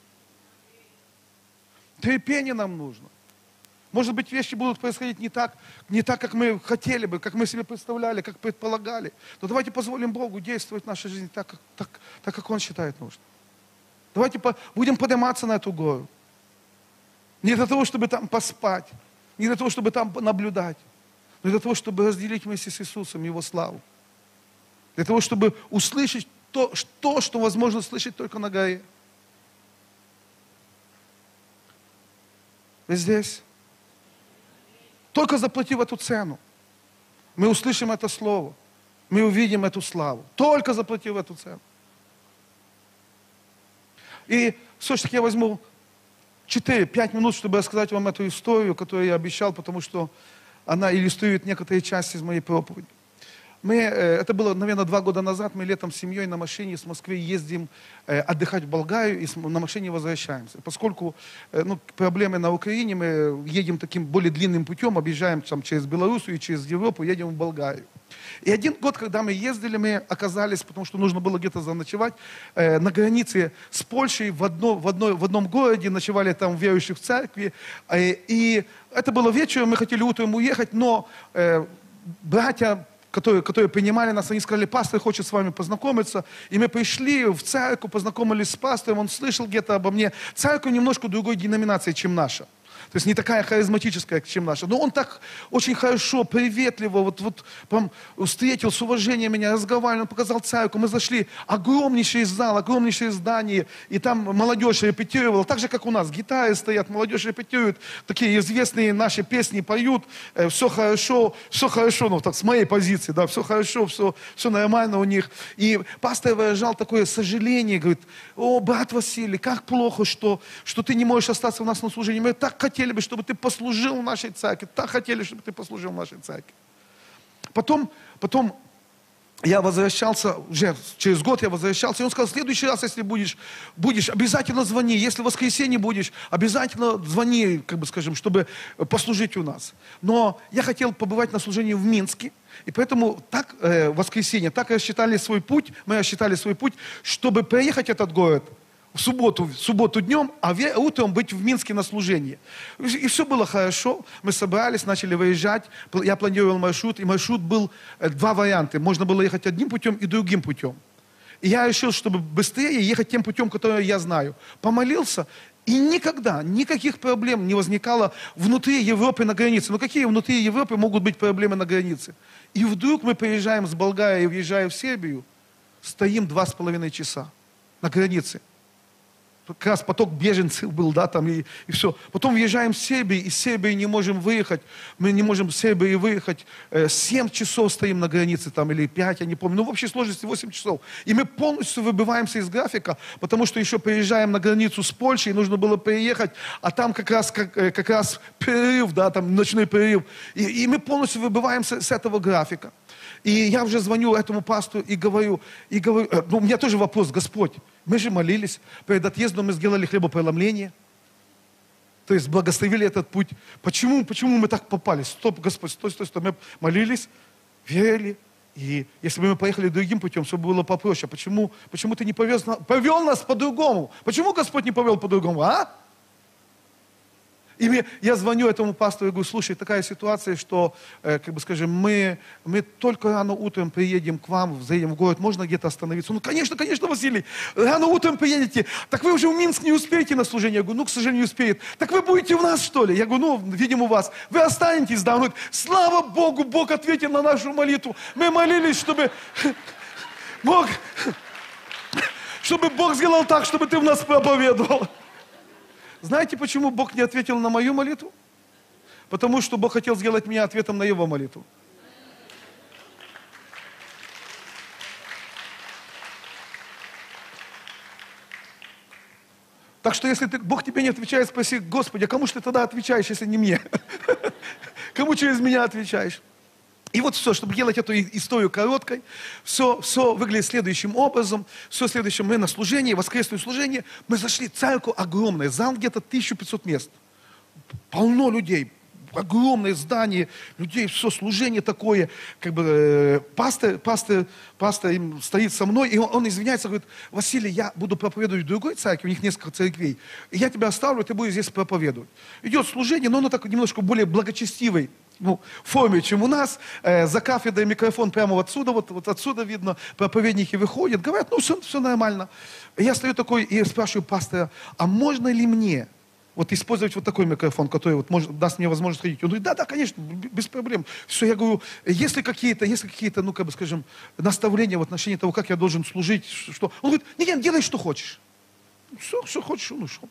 Терпение нам нужно. Может быть, вещи будут происходить не так, как мы хотели бы, как мы себе представляли, как предполагали. Но давайте позволим Богу действовать в нашей жизни так, как Он считает нужным. Давайте будем подниматься на эту гору. Не для того, чтобы там поспать, не для того, чтобы там наблюдать, но для того, чтобы разделить вместе с Иисусом Его славу. Для того, чтобы услышать то, что возможно слышать только на горе. Вы здесь? Только заплатив эту цену, мы услышим это слово, мы увидим эту славу. Только заплатив эту цену. И все-таки я возьму 4-5 минут, чтобы рассказать вам эту историю, которую я обещал, потому что она иллюстрирует некоторые части из моей проповеди. Это было, наверное, 2 года назад, мы летом с семьей на машине с Москвы ездим отдыхать в Болгарию и на машине возвращаемся. Поскольку проблемы на Украине, мы едем таким более длинным путем, объезжаем там, через Белоруссию и через Европу, едем в Болгарию. И 1 год, когда мы ездили, мы оказались, потому что нужно было где-то заночевать, на границе с Польшей в одном городе, ночевали там в верующих в церкви. И это было вечером, мы хотели утром уехать, но братья, которые принимали нас, они сказали, пастор хочет с вами познакомиться. И мы пришли в церковь, познакомились с пастором, он слышал где-то обо мне. Церковь немножко другой деноминации, чем наша. То есть не такая харизматическая, чем наша. Но он так очень хорошо, приветливо, прям встретил с уважением меня, разговаривал, он показал церковь. Мы зашли, огромнейший зал, огромнейшее здание, и там молодежь репетировала, так же, как у нас, гитары стоят, молодежь репетирует, такие известные наши песни поют, все хорошо, ну так, с моей позиции, да, все хорошо, все нормально у них. И пастор выражал такое сожаление, говорит, о, брат Василий, как плохо, что ты не можешь остаться у нас на служении. Мы так хотели бы, чтобы ты послужил в нашей церкви. Так хотели, чтобы ты послужил в нашей церкви. Потом я возвращался, уже через год я возвращался, и он сказал, в следующий раз, если будешь, обязательно звони. Если в воскресенье будешь, обязательно звони, чтобы послужить у нас. Но я хотел побывать на служении в Минске, и поэтому в воскресенье, мы рассчитали свой путь, чтобы проехать этот город в субботу днем, а утром быть в Минске на служении. И все было хорошо. Мы собрались, начали выезжать. Я планировал маршрут, и маршрут был 2 варианта. Можно было ехать одним путем и другим путем. И я решил, чтобы быстрее ехать тем путем, который я знаю. Помолился, и никогда никаких проблем не возникало внутри Европы на границе. Ну какие внутри Европы могут быть проблемы на границе? И вдруг мы приезжаем с Болгарии, въезжая в Сербию, стоим 2,5 часа на границе. Как раз поток беженцев был, да, там и все. Потом въезжаем в Сербию, и из Сербии не можем выехать. Мы не можем в Сербии выехать. 7 часов стоим на границе, там, или 5, я не помню. В общей сложности 8 часов. И мы полностью выбиваемся из графика, потому что еще приезжаем на границу с Польшей, нужно было приехать, а там как раз перерыв, да, там ночной перерыв. И мы полностью выбиваемся с этого графика. И я уже звоню этому пастору и говорю, у меня тоже вопрос, Господь, мы же молились, перед отъездом мы сделали хлебопреломление, то есть благословили этот путь. Почему мы так попали? Стоп, Господь, стой, мы молились, верили, и если бы мы поехали другим путем, все было попроще. Почему ты не повел нас по-другому? Почему Господь не повел по-другому, а? Я звоню этому пастору и говорю, слушай, такая ситуация, что, как бы скажем, мы только рано утром приедем к вам, заедем в город, можно где-то остановиться? Ну, конечно, Василий, рано утром приедете, так вы уже в Минск не успеете на служение? Я говорю, ну, к сожалению, не успеет. Так вы будете у нас, что ли? Я говорю, ну, видим у вас. Вы останетесь, да? Он говорит, слава Богу, Бог ответил на нашу молитву. Мы молились, чтобы Бог сделал так, чтобы ты в нас проповедовал. Знаете, почему Бог не ответил на мою молитву? Потому что Бог хотел сделать меня ответом на его молитву. Так что если Бог тебе не отвечает, спроси, Господи, а кому же ты тогда отвечаешь, если не мне? Кому через меня отвечаешь? И вот все, чтобы делать эту историю короткой, все выглядит следующим образом. Все следующее, мы на служении, воскресное служение, мы зашли в церковь огромная, зал где-то 1500 мест. Полно людей, огромное здание, людей, все, служение такое, как бы пастор им стоит со мной, и он извиняется, говорит, Василий, я буду проповедовать в другой церкви, у них несколько церквей, и я тебя оставлю, ты будешь здесь проповедовать. Идет служение, но оно так немножко более благочестивой форме, чем у нас. За кафедрой микрофон прямо вот отсюда видно, проповедники выходят, говорят, ну все нормально. Я стою такой и спрашиваю пастора, а можно ли мне вот использовать вот такой микрофон, который вот даст мне возможность ходить? Он говорит, да, конечно, без проблем. Все, я говорю, если какие-то, ну, как бы скажем, наставления в отношении того, как я должен служить, что... Он говорит, нет, делай, что хочешь. Все, что хочешь, он ушел.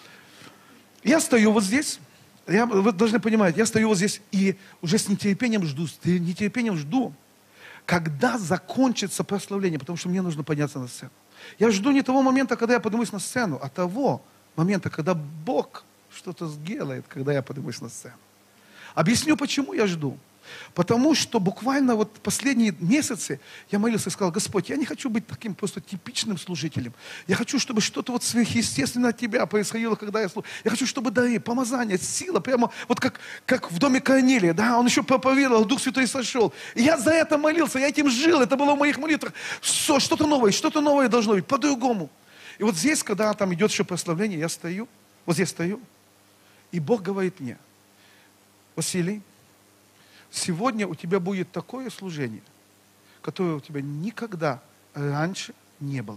Я стою вот здесь, вы должны понимать, я стою вот здесь и уже с нетерпением жду, когда закончится прославление, потому что мне нужно подняться на сцену. Я жду не того момента, когда я поднимусь на сцену, а того момента, когда Бог что-то сделает, когда я поднимусь на сцену. Объясню, почему я жду. Потому что буквально вот последние месяцы я молился и сказал, Господь, я не хочу быть таким просто типичным служителем. Я хочу, чтобы что-то вот сверхъестественное от Тебя происходило, когда я служу. Я хочу, чтобы дары, помазание, сила, прямо вот как в доме Корнилия, да, он еще проповедовал, Дух Святой сошел. И я за это молился, я этим жил, это было в моих молитвах. Все, что-то новое должно быть, по-другому. И вот здесь, когда там идет еще прославление, я стою, вот здесь стою, и Бог говорит мне, Василий, сегодня у тебя будет такое служение, которое у тебя никогда раньше не было.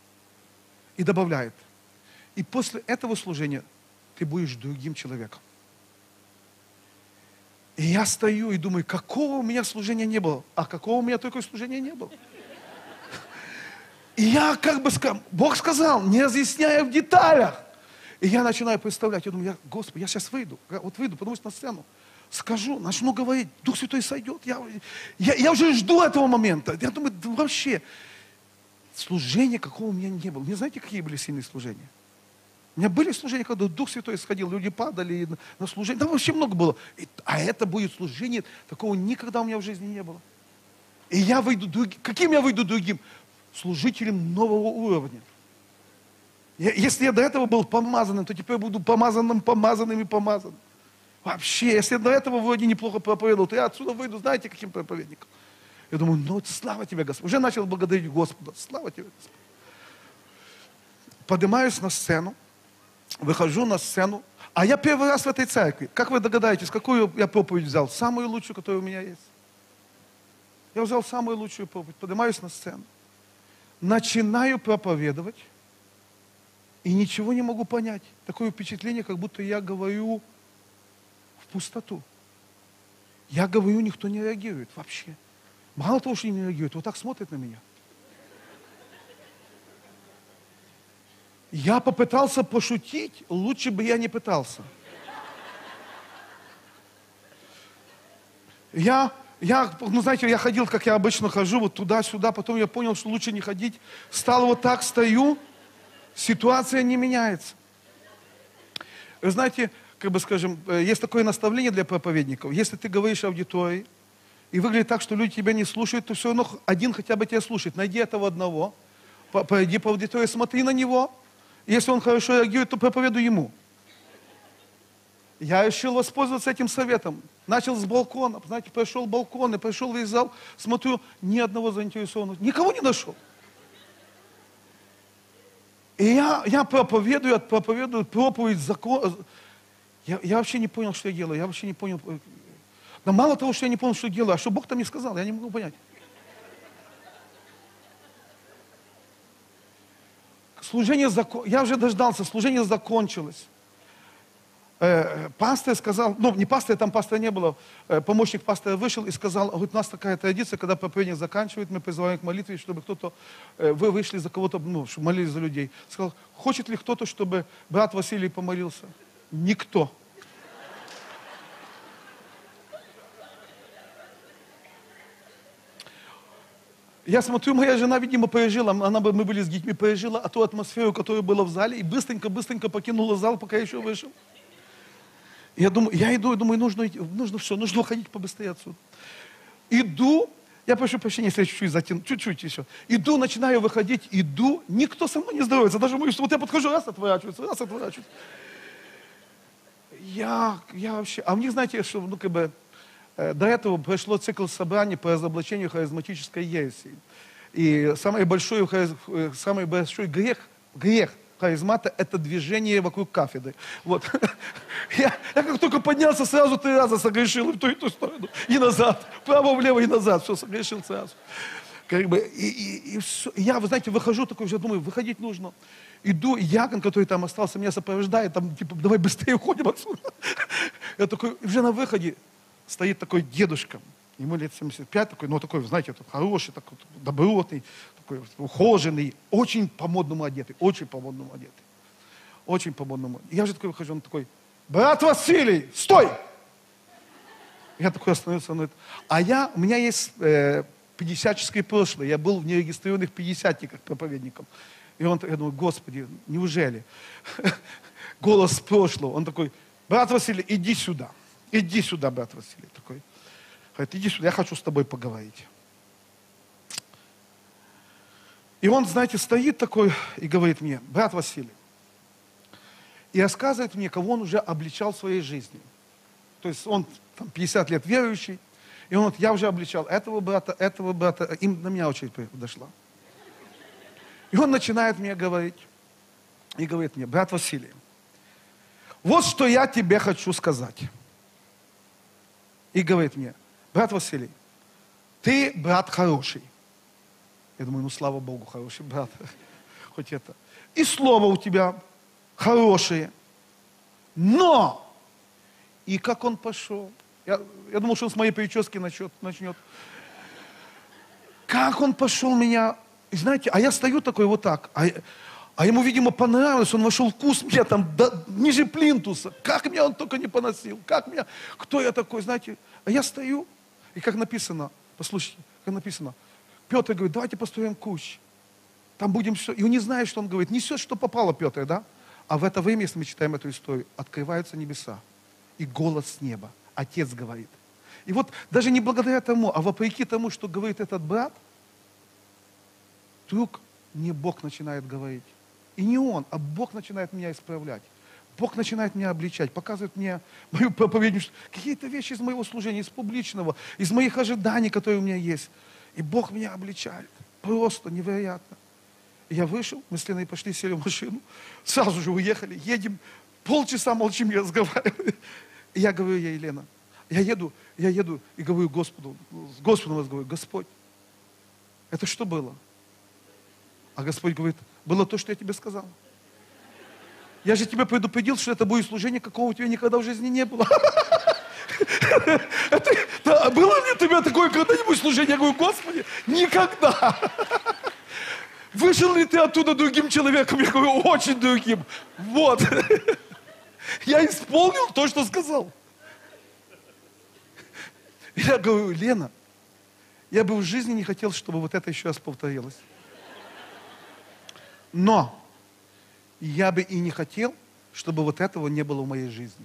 И добавляет, и после этого служения ты будешь другим человеком. И я стою и думаю, какого у меня служения не было, а какого у меня такое служения не было. И я как бы сказал, Бог сказал, не разъясняя в деталях. И я начинаю представлять, я думаю, Господи, я сейчас выйду, поднимусь на сцену. Скажу, начну говорить, Дух Святой сойдет. Я уже жду этого момента. Я думаю, да вообще, служения какого у меня не было. Не знаете, какие были сильные служения? У меня были служения, когда Дух Святой сходил, люди падали на служение. Да вообще много было. А это будет служение, такого никогда у меня в жизни не было. И я выйду другим. Каким я выйду другим? Служителем нового уровня. Если я до этого был помазанным, то теперь буду помазанным. Вообще, если я до этого вроде неплохо проповедовал, то я отсюда выйду, знаете, каким проповедником? Я думаю, ну, слава тебе, Господь. Уже начал благодарить Господа. Слава тебе, Господь. Поднимаюсь на сцену, выхожу на сцену, а я первый раз в этой церкви. Как вы догадаетесь, какую я проповедь взял? Самую лучшую, которая у меня есть. Я взял самую лучшую проповедь, поднимаюсь на сцену, начинаю проповедовать, и ничего не могу понять. Такое впечатление, как будто я говорю в пустоту. Я говорю, никто не реагирует вообще. Мало того, что не реагирует, вот так смотрит на меня. Я попытался пошутить, лучше бы я не пытался. Ну, знаете, я ходил, как я обычно хожу, вот туда-сюда, потом я понял, что лучше не ходить. Стал вот так, стою, ситуация не меняется. Вы знаете, как бы скажем, есть такое наставление для проповедников. Если ты говоришь аудитории, и выглядит так, что люди тебя не слушают, то все равно один хотя бы тебя слушает. Найди этого одного, пойди по аудитории, смотри на него. Если он хорошо реагирует, то проповедуй ему. Я решил воспользоваться этим советом. Начал с балкона, знаете, прошел балкон, и прошел весь зал, смотрю, ни одного заинтересованного, никого не нашел. И я проповедую проповедь закон. Я вообще не понял, что я делаю. Я вообще не понял. Но мало того, что я не понял, что делаю, а что Бог там мне сказал, я не могу понять. Я уже дождался, служение закончилось. Пастор сказал, ну не пастор, там пастора не было, помощник пастора вышел и сказал, говорит, у нас такая традиция, когда проповедник заканчивает, мы призываем к молитве, чтобы кто-то, вы вышли за кого-то, ну, чтобы молились за людей. Сказал, хочет ли кто-то, чтобы брат Василий помолился? Никто. Я смотрю, моя жена, видимо, пережила, мы были с детьми, пережила ту атмосферу, которая была в зале, и быстренько покинула зал, пока еще вышел. Я иду и думаю, нужно уходить побыстрее отсюда. Иду, я прошу прощения, если я чуть-чуть затяну, чуть-чуть еще. Иду, начинаю выходить, никто со мной не здоровается. Даже мой, что вот я подхожу, раз отворачиваюсь. Я вообще, а у них, знаете, что, до этого прошло цикл собраний по разоблачению харизматической ереси. И самый большой грех харизмата – это движение вокруг кафедры. Вот. Я как только поднялся, сразу 3 раза согрешил и в ту сторону, и назад, вправо-влево и назад, все, согрешил сразу. Я, вы знаете, выхожу такой, уже думаю, выходить нужно. Иду, Якон, который там остался, меня сопровождает, там, типа, давай быстрее уходим отсюда. Я такой, уже на выходе стоит такой дедушка, ему лет 75, такой, ну, такой, знаете, хороший, такой, добротный, такой ухоженный, очень по-модному одетый. Я же такой выхожу, он такой, брат Василий, стой! Я такой остановился, он говорит, у меня есть пятидесятническое прошлое, я был в нерегистрированных пятидесятниках проповедником. И я думаю, Господи, неужели? Голос прошлого. Он такой, брат Василий, иди сюда, брат Василий. Такой, говорит, иди сюда, я хочу с тобой поговорить. И он, знаете, стоит такой и говорит мне, брат Василий, и рассказывает мне, кого он уже обличал в своей жизни. То есть он там, 50 лет верующий, и он говорит, я уже обличал этого брата, им на меня очередь подошла. И он начинает мне говорить, и говорит мне, брат Василий, вот что я тебе хочу сказать. И говорит мне, брат Василий, ты брат хороший. Я думаю, ну слава Богу, хороший брат, хоть это. И слово у тебя хорошее. Но, и как он пошел, я думал, что он с моей прически начнет. Как он пошел меня, и знаете, а я стою такой вот так, а ему, видимо, понравилось, он вошел вкус меня там ниже плинтуса. Как меня он только не поносил, кто я такой, знаете. А я стою, и как написано, послушайте, как написано, Петр говорит, давайте построим кущ. Там будем все. И он не знает, что он говорит. Не все, что попало, Петр, да? А в это время, если мы читаем эту историю, открываются небеса. И голос с неба. Отец говорит. И вот даже не благодаря тому, а вопреки тому, что говорит этот брат, вдруг мне Бог начинает говорить. И не он, а Бог начинает меня исправлять. Бог начинает меня обличать, показывает мне мою проповедь, какие-то вещи из моего служения, из публичного, из моих ожиданий, которые у меня есть. И Бог меня обличает. Просто невероятно. И я вышел, мы с Леной пошли, сели в машину, сразу же уехали, едем, полчаса молчим, я разговариваю. И я говорю ей, Лена, я еду и говорю Господу, с Господом разговариваю, Господь, это что было? А Господь говорит, было то, что я тебе сказал. Я же тебя предупредил, что это будет служение, какого у тебя никогда в жизни не было. Было ли у тебя такое когда-нибудь служение? Я говорю, Господи, никогда. Вышел ли ты оттуда другим человеком? Я говорю, очень другим. Вот. Я исполнил то, что сказал. Я говорю, Лена, я бы в жизни не хотел, чтобы вот это еще раз повторилось. Но я бы и не хотел, чтобы вот этого не было в моей жизни.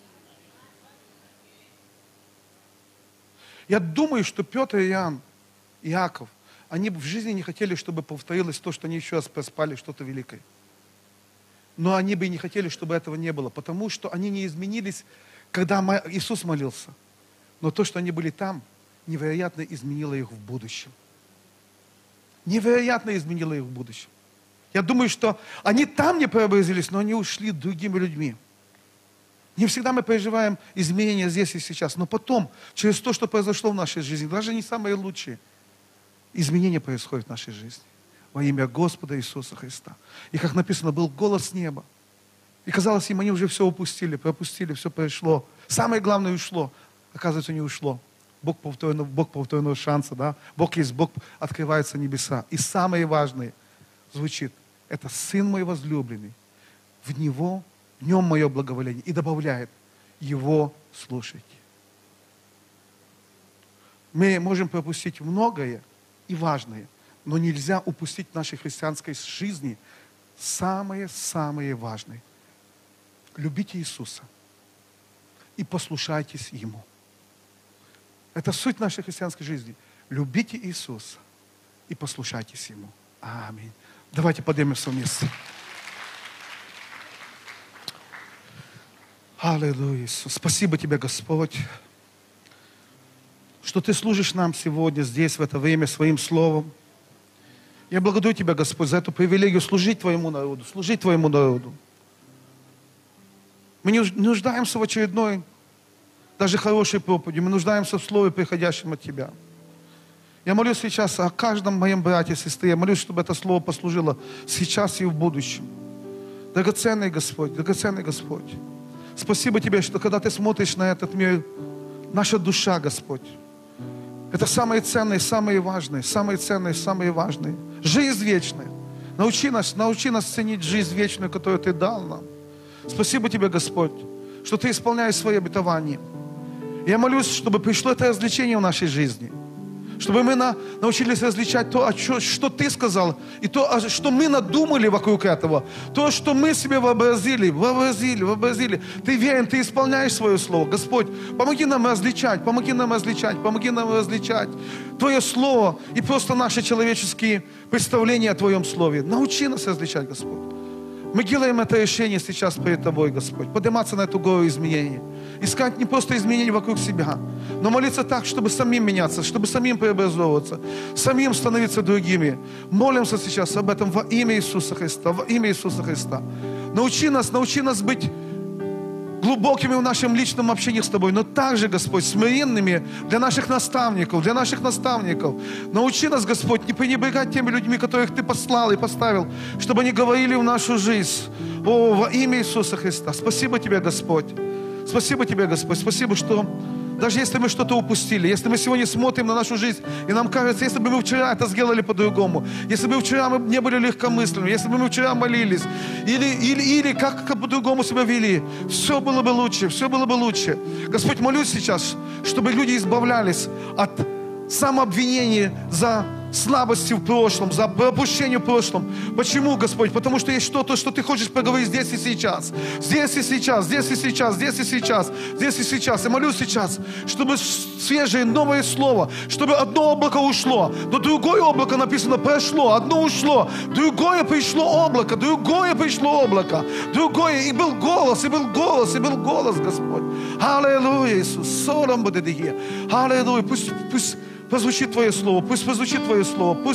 Я думаю, что Петр и Иоанн, Иаков, они в жизни не хотели, чтобы повторилось то, что они еще раз проспали что-то великое. Но они бы и не хотели, чтобы этого не было, потому что они не изменились, когда Иисус молился. Но то, что они были там, невероятно изменило их в будущем. Невероятно изменило их в будущем. Я думаю, что они там не преобразились, но они ушли другими людьми. Не всегда мы переживаем изменения здесь и сейчас, но потом, через то, что произошло в нашей жизни, даже не самые лучшие, изменения происходят в нашей жизни. Во имя Господа Иисуса Христа. И как написано, был голос неба. И казалось им, они уже все упустили, пропустили, все прошло. Самое главное ушло. Оказывается, не ушло. Бог повторного шанса, да? Бог есть, Бог, открываются небеса. И самое важное звучит, это Сын мой возлюбленный. В нем мое благоволение. И добавляет, его слушайте. Мы можем пропустить многое и важное, но нельзя упустить в нашей христианской жизни самое-самое важное. Любите Иисуса и послушайтесь Ему. Это суть нашей христианской жизни. Любите Иисуса и послушайтесь Ему. Аминь. Давайте поднимемся вместе. Аллилуйя, Иисус. Спасибо Тебе, Господь, что Ты служишь нам сегодня здесь, в это время, Своим Словом. Я благодарю Тебя, Господь, за эту привилегию служить Твоему народу, служить Твоему народу. Мы не нуждаемся в очередной, даже хорошей проповеди, мы нуждаемся в Слове, приходящем от Тебя. Я молюсь сейчас о каждом моем брате и сестре. Я молюсь, чтобы это Слово послужило сейчас и в будущем. Драгоценный Господь, спасибо Тебе, что когда Ты смотришь на этот мир, наша душа, Господь, это самое ценное, самое важное, самое ценное, самое важное. Жизнь вечная. Научи нас ценить жизнь вечную, которую Ты дал нам. Спасибо Тебе, Господь, что Ты исполняешь свои обетования. Я молюсь, чтобы пришло это развлечение в нашей жизни. Чтобы мы научились различать то, что Ты сказал, и то, что мы надумали вокруг этого. То, что мы себе вообразили. Ты верен, Ты исполняешь свое слово. Господь, помоги нам различать Твое слово и просто наши человеческие представления о Твоем слове. Научи нас различать, Господь. Мы делаем это решение сейчас перед Тобой, Господь. Подниматься на эту гору изменений. Искать не просто изменения вокруг себя, но молиться так, чтобы самим меняться, чтобы самим преобразовываться, самим становиться другими. Молимся сейчас об этом во имя Иисуса Христа, во имя Иисуса Христа. Научи нас быть глубокими в нашем личном общении с Тобой, но также, Господь, смиренными для наших наставников. Научи нас, Господь, не пренебрегать теми людьми, которых Ты послал и поставил, чтобы они говорили в нашу жизнь. Во имя Иисуса Христа. Спасибо Тебе, Господь. Спасибо, что даже если мы что-то упустили, если мы сегодня смотрим на нашу жизнь, и нам кажется, если бы мы вчера это сделали по-другому, если бы вчера мы не были легкомысленными, если бы мы вчера молились, или как по-другому себя вели, все было бы лучше. Господь, молюсь сейчас, чтобы люди избавлялись от самообвинения за слабости в прошлом, за пропущение в прошлом. Почему, Господь? Потому что есть что-то, что Ты хочешь поговорить здесь и сейчас. Я молюсь сейчас, чтобы свежее новое слово, чтобы одно облако ушло, но другое облако, написано, прошло, одно ушло, другое пришло облако, и был голос, Господь. Аллилуйя, Иисус, аллилуйя, пусть прозвучит Твое Слово, пусть прозвучит Твое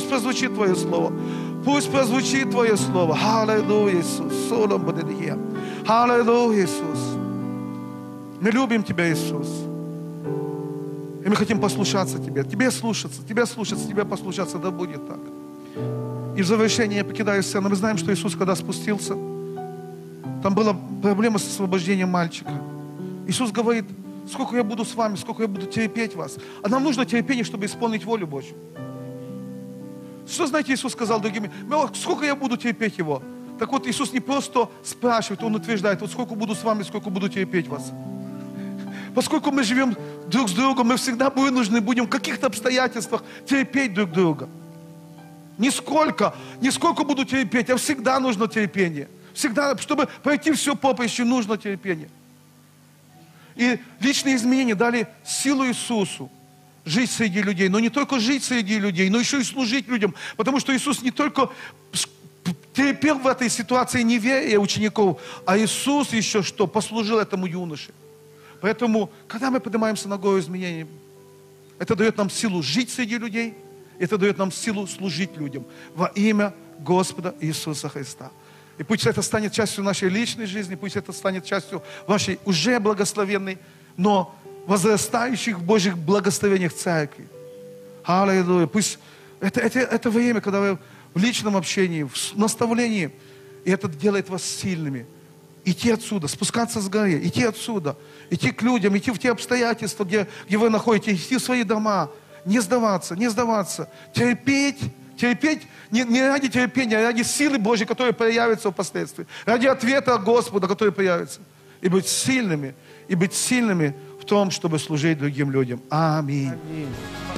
Слово. Аллилуйя, Иисус. Аллилуйя, Иисус. Мы любим Тебя, Иисус. И мы хотим послушаться Тебе. Тебе послушаться, да будет так. И в завершение я покидаю сцену. Мы знаем, что Иисус, когда спустился, там была проблема с освобождением мальчика. Иисус говорит: сколько я буду с вами, сколько я буду терпеть вас. А нам нужно терпение, чтобы исполнить волю Божью. Что, знаете, Иисус сказал другим? Сколько я буду терпеть Его? Так вот, Иисус не просто спрашивает, Он утверждает: вот сколько буду с вами, сколько буду терпеть вас. Поскольку мы живем друг с другом, мы всегда будем в каких-то обстоятельствах терпеть друг друга. Не сколько буду терпеть, а всегда нужно терпение. Всегда, чтобы пройти все поприще, нужно терпение. И личные изменения дали силу Иисусу жить среди людей. Но не только жить среди людей, но еще и служить людям. Потому что Иисус не только терпел в этой ситуации неверие учеников, а Иисус еще что? Послужил этому юноше. Поэтому, когда мы поднимаемся на гору изменений, это дает нам силу жить среди людей, это дает нам силу служить людям во имя Господа Иисуса Христа. И пусть это станет частью нашей личной жизни, пусть это станет частью вашей уже благословенной, но возрастающих в Божьих благословениях церкви. Аллилуйя. Пусть это время, когда вы в личном общении, в наставлении, и это делает вас сильными. Идти отсюда, спускаться с горы, идти отсюда, идти к людям, идти в те обстоятельства, где вы находитесь, идти в свои дома, не сдаваться, терпеть, не ради терпения, а ради силы Божьей, которая проявится впоследствии, ради ответа Господа, который появится, и быть сильными в том, чтобы служить другим людям. Аминь.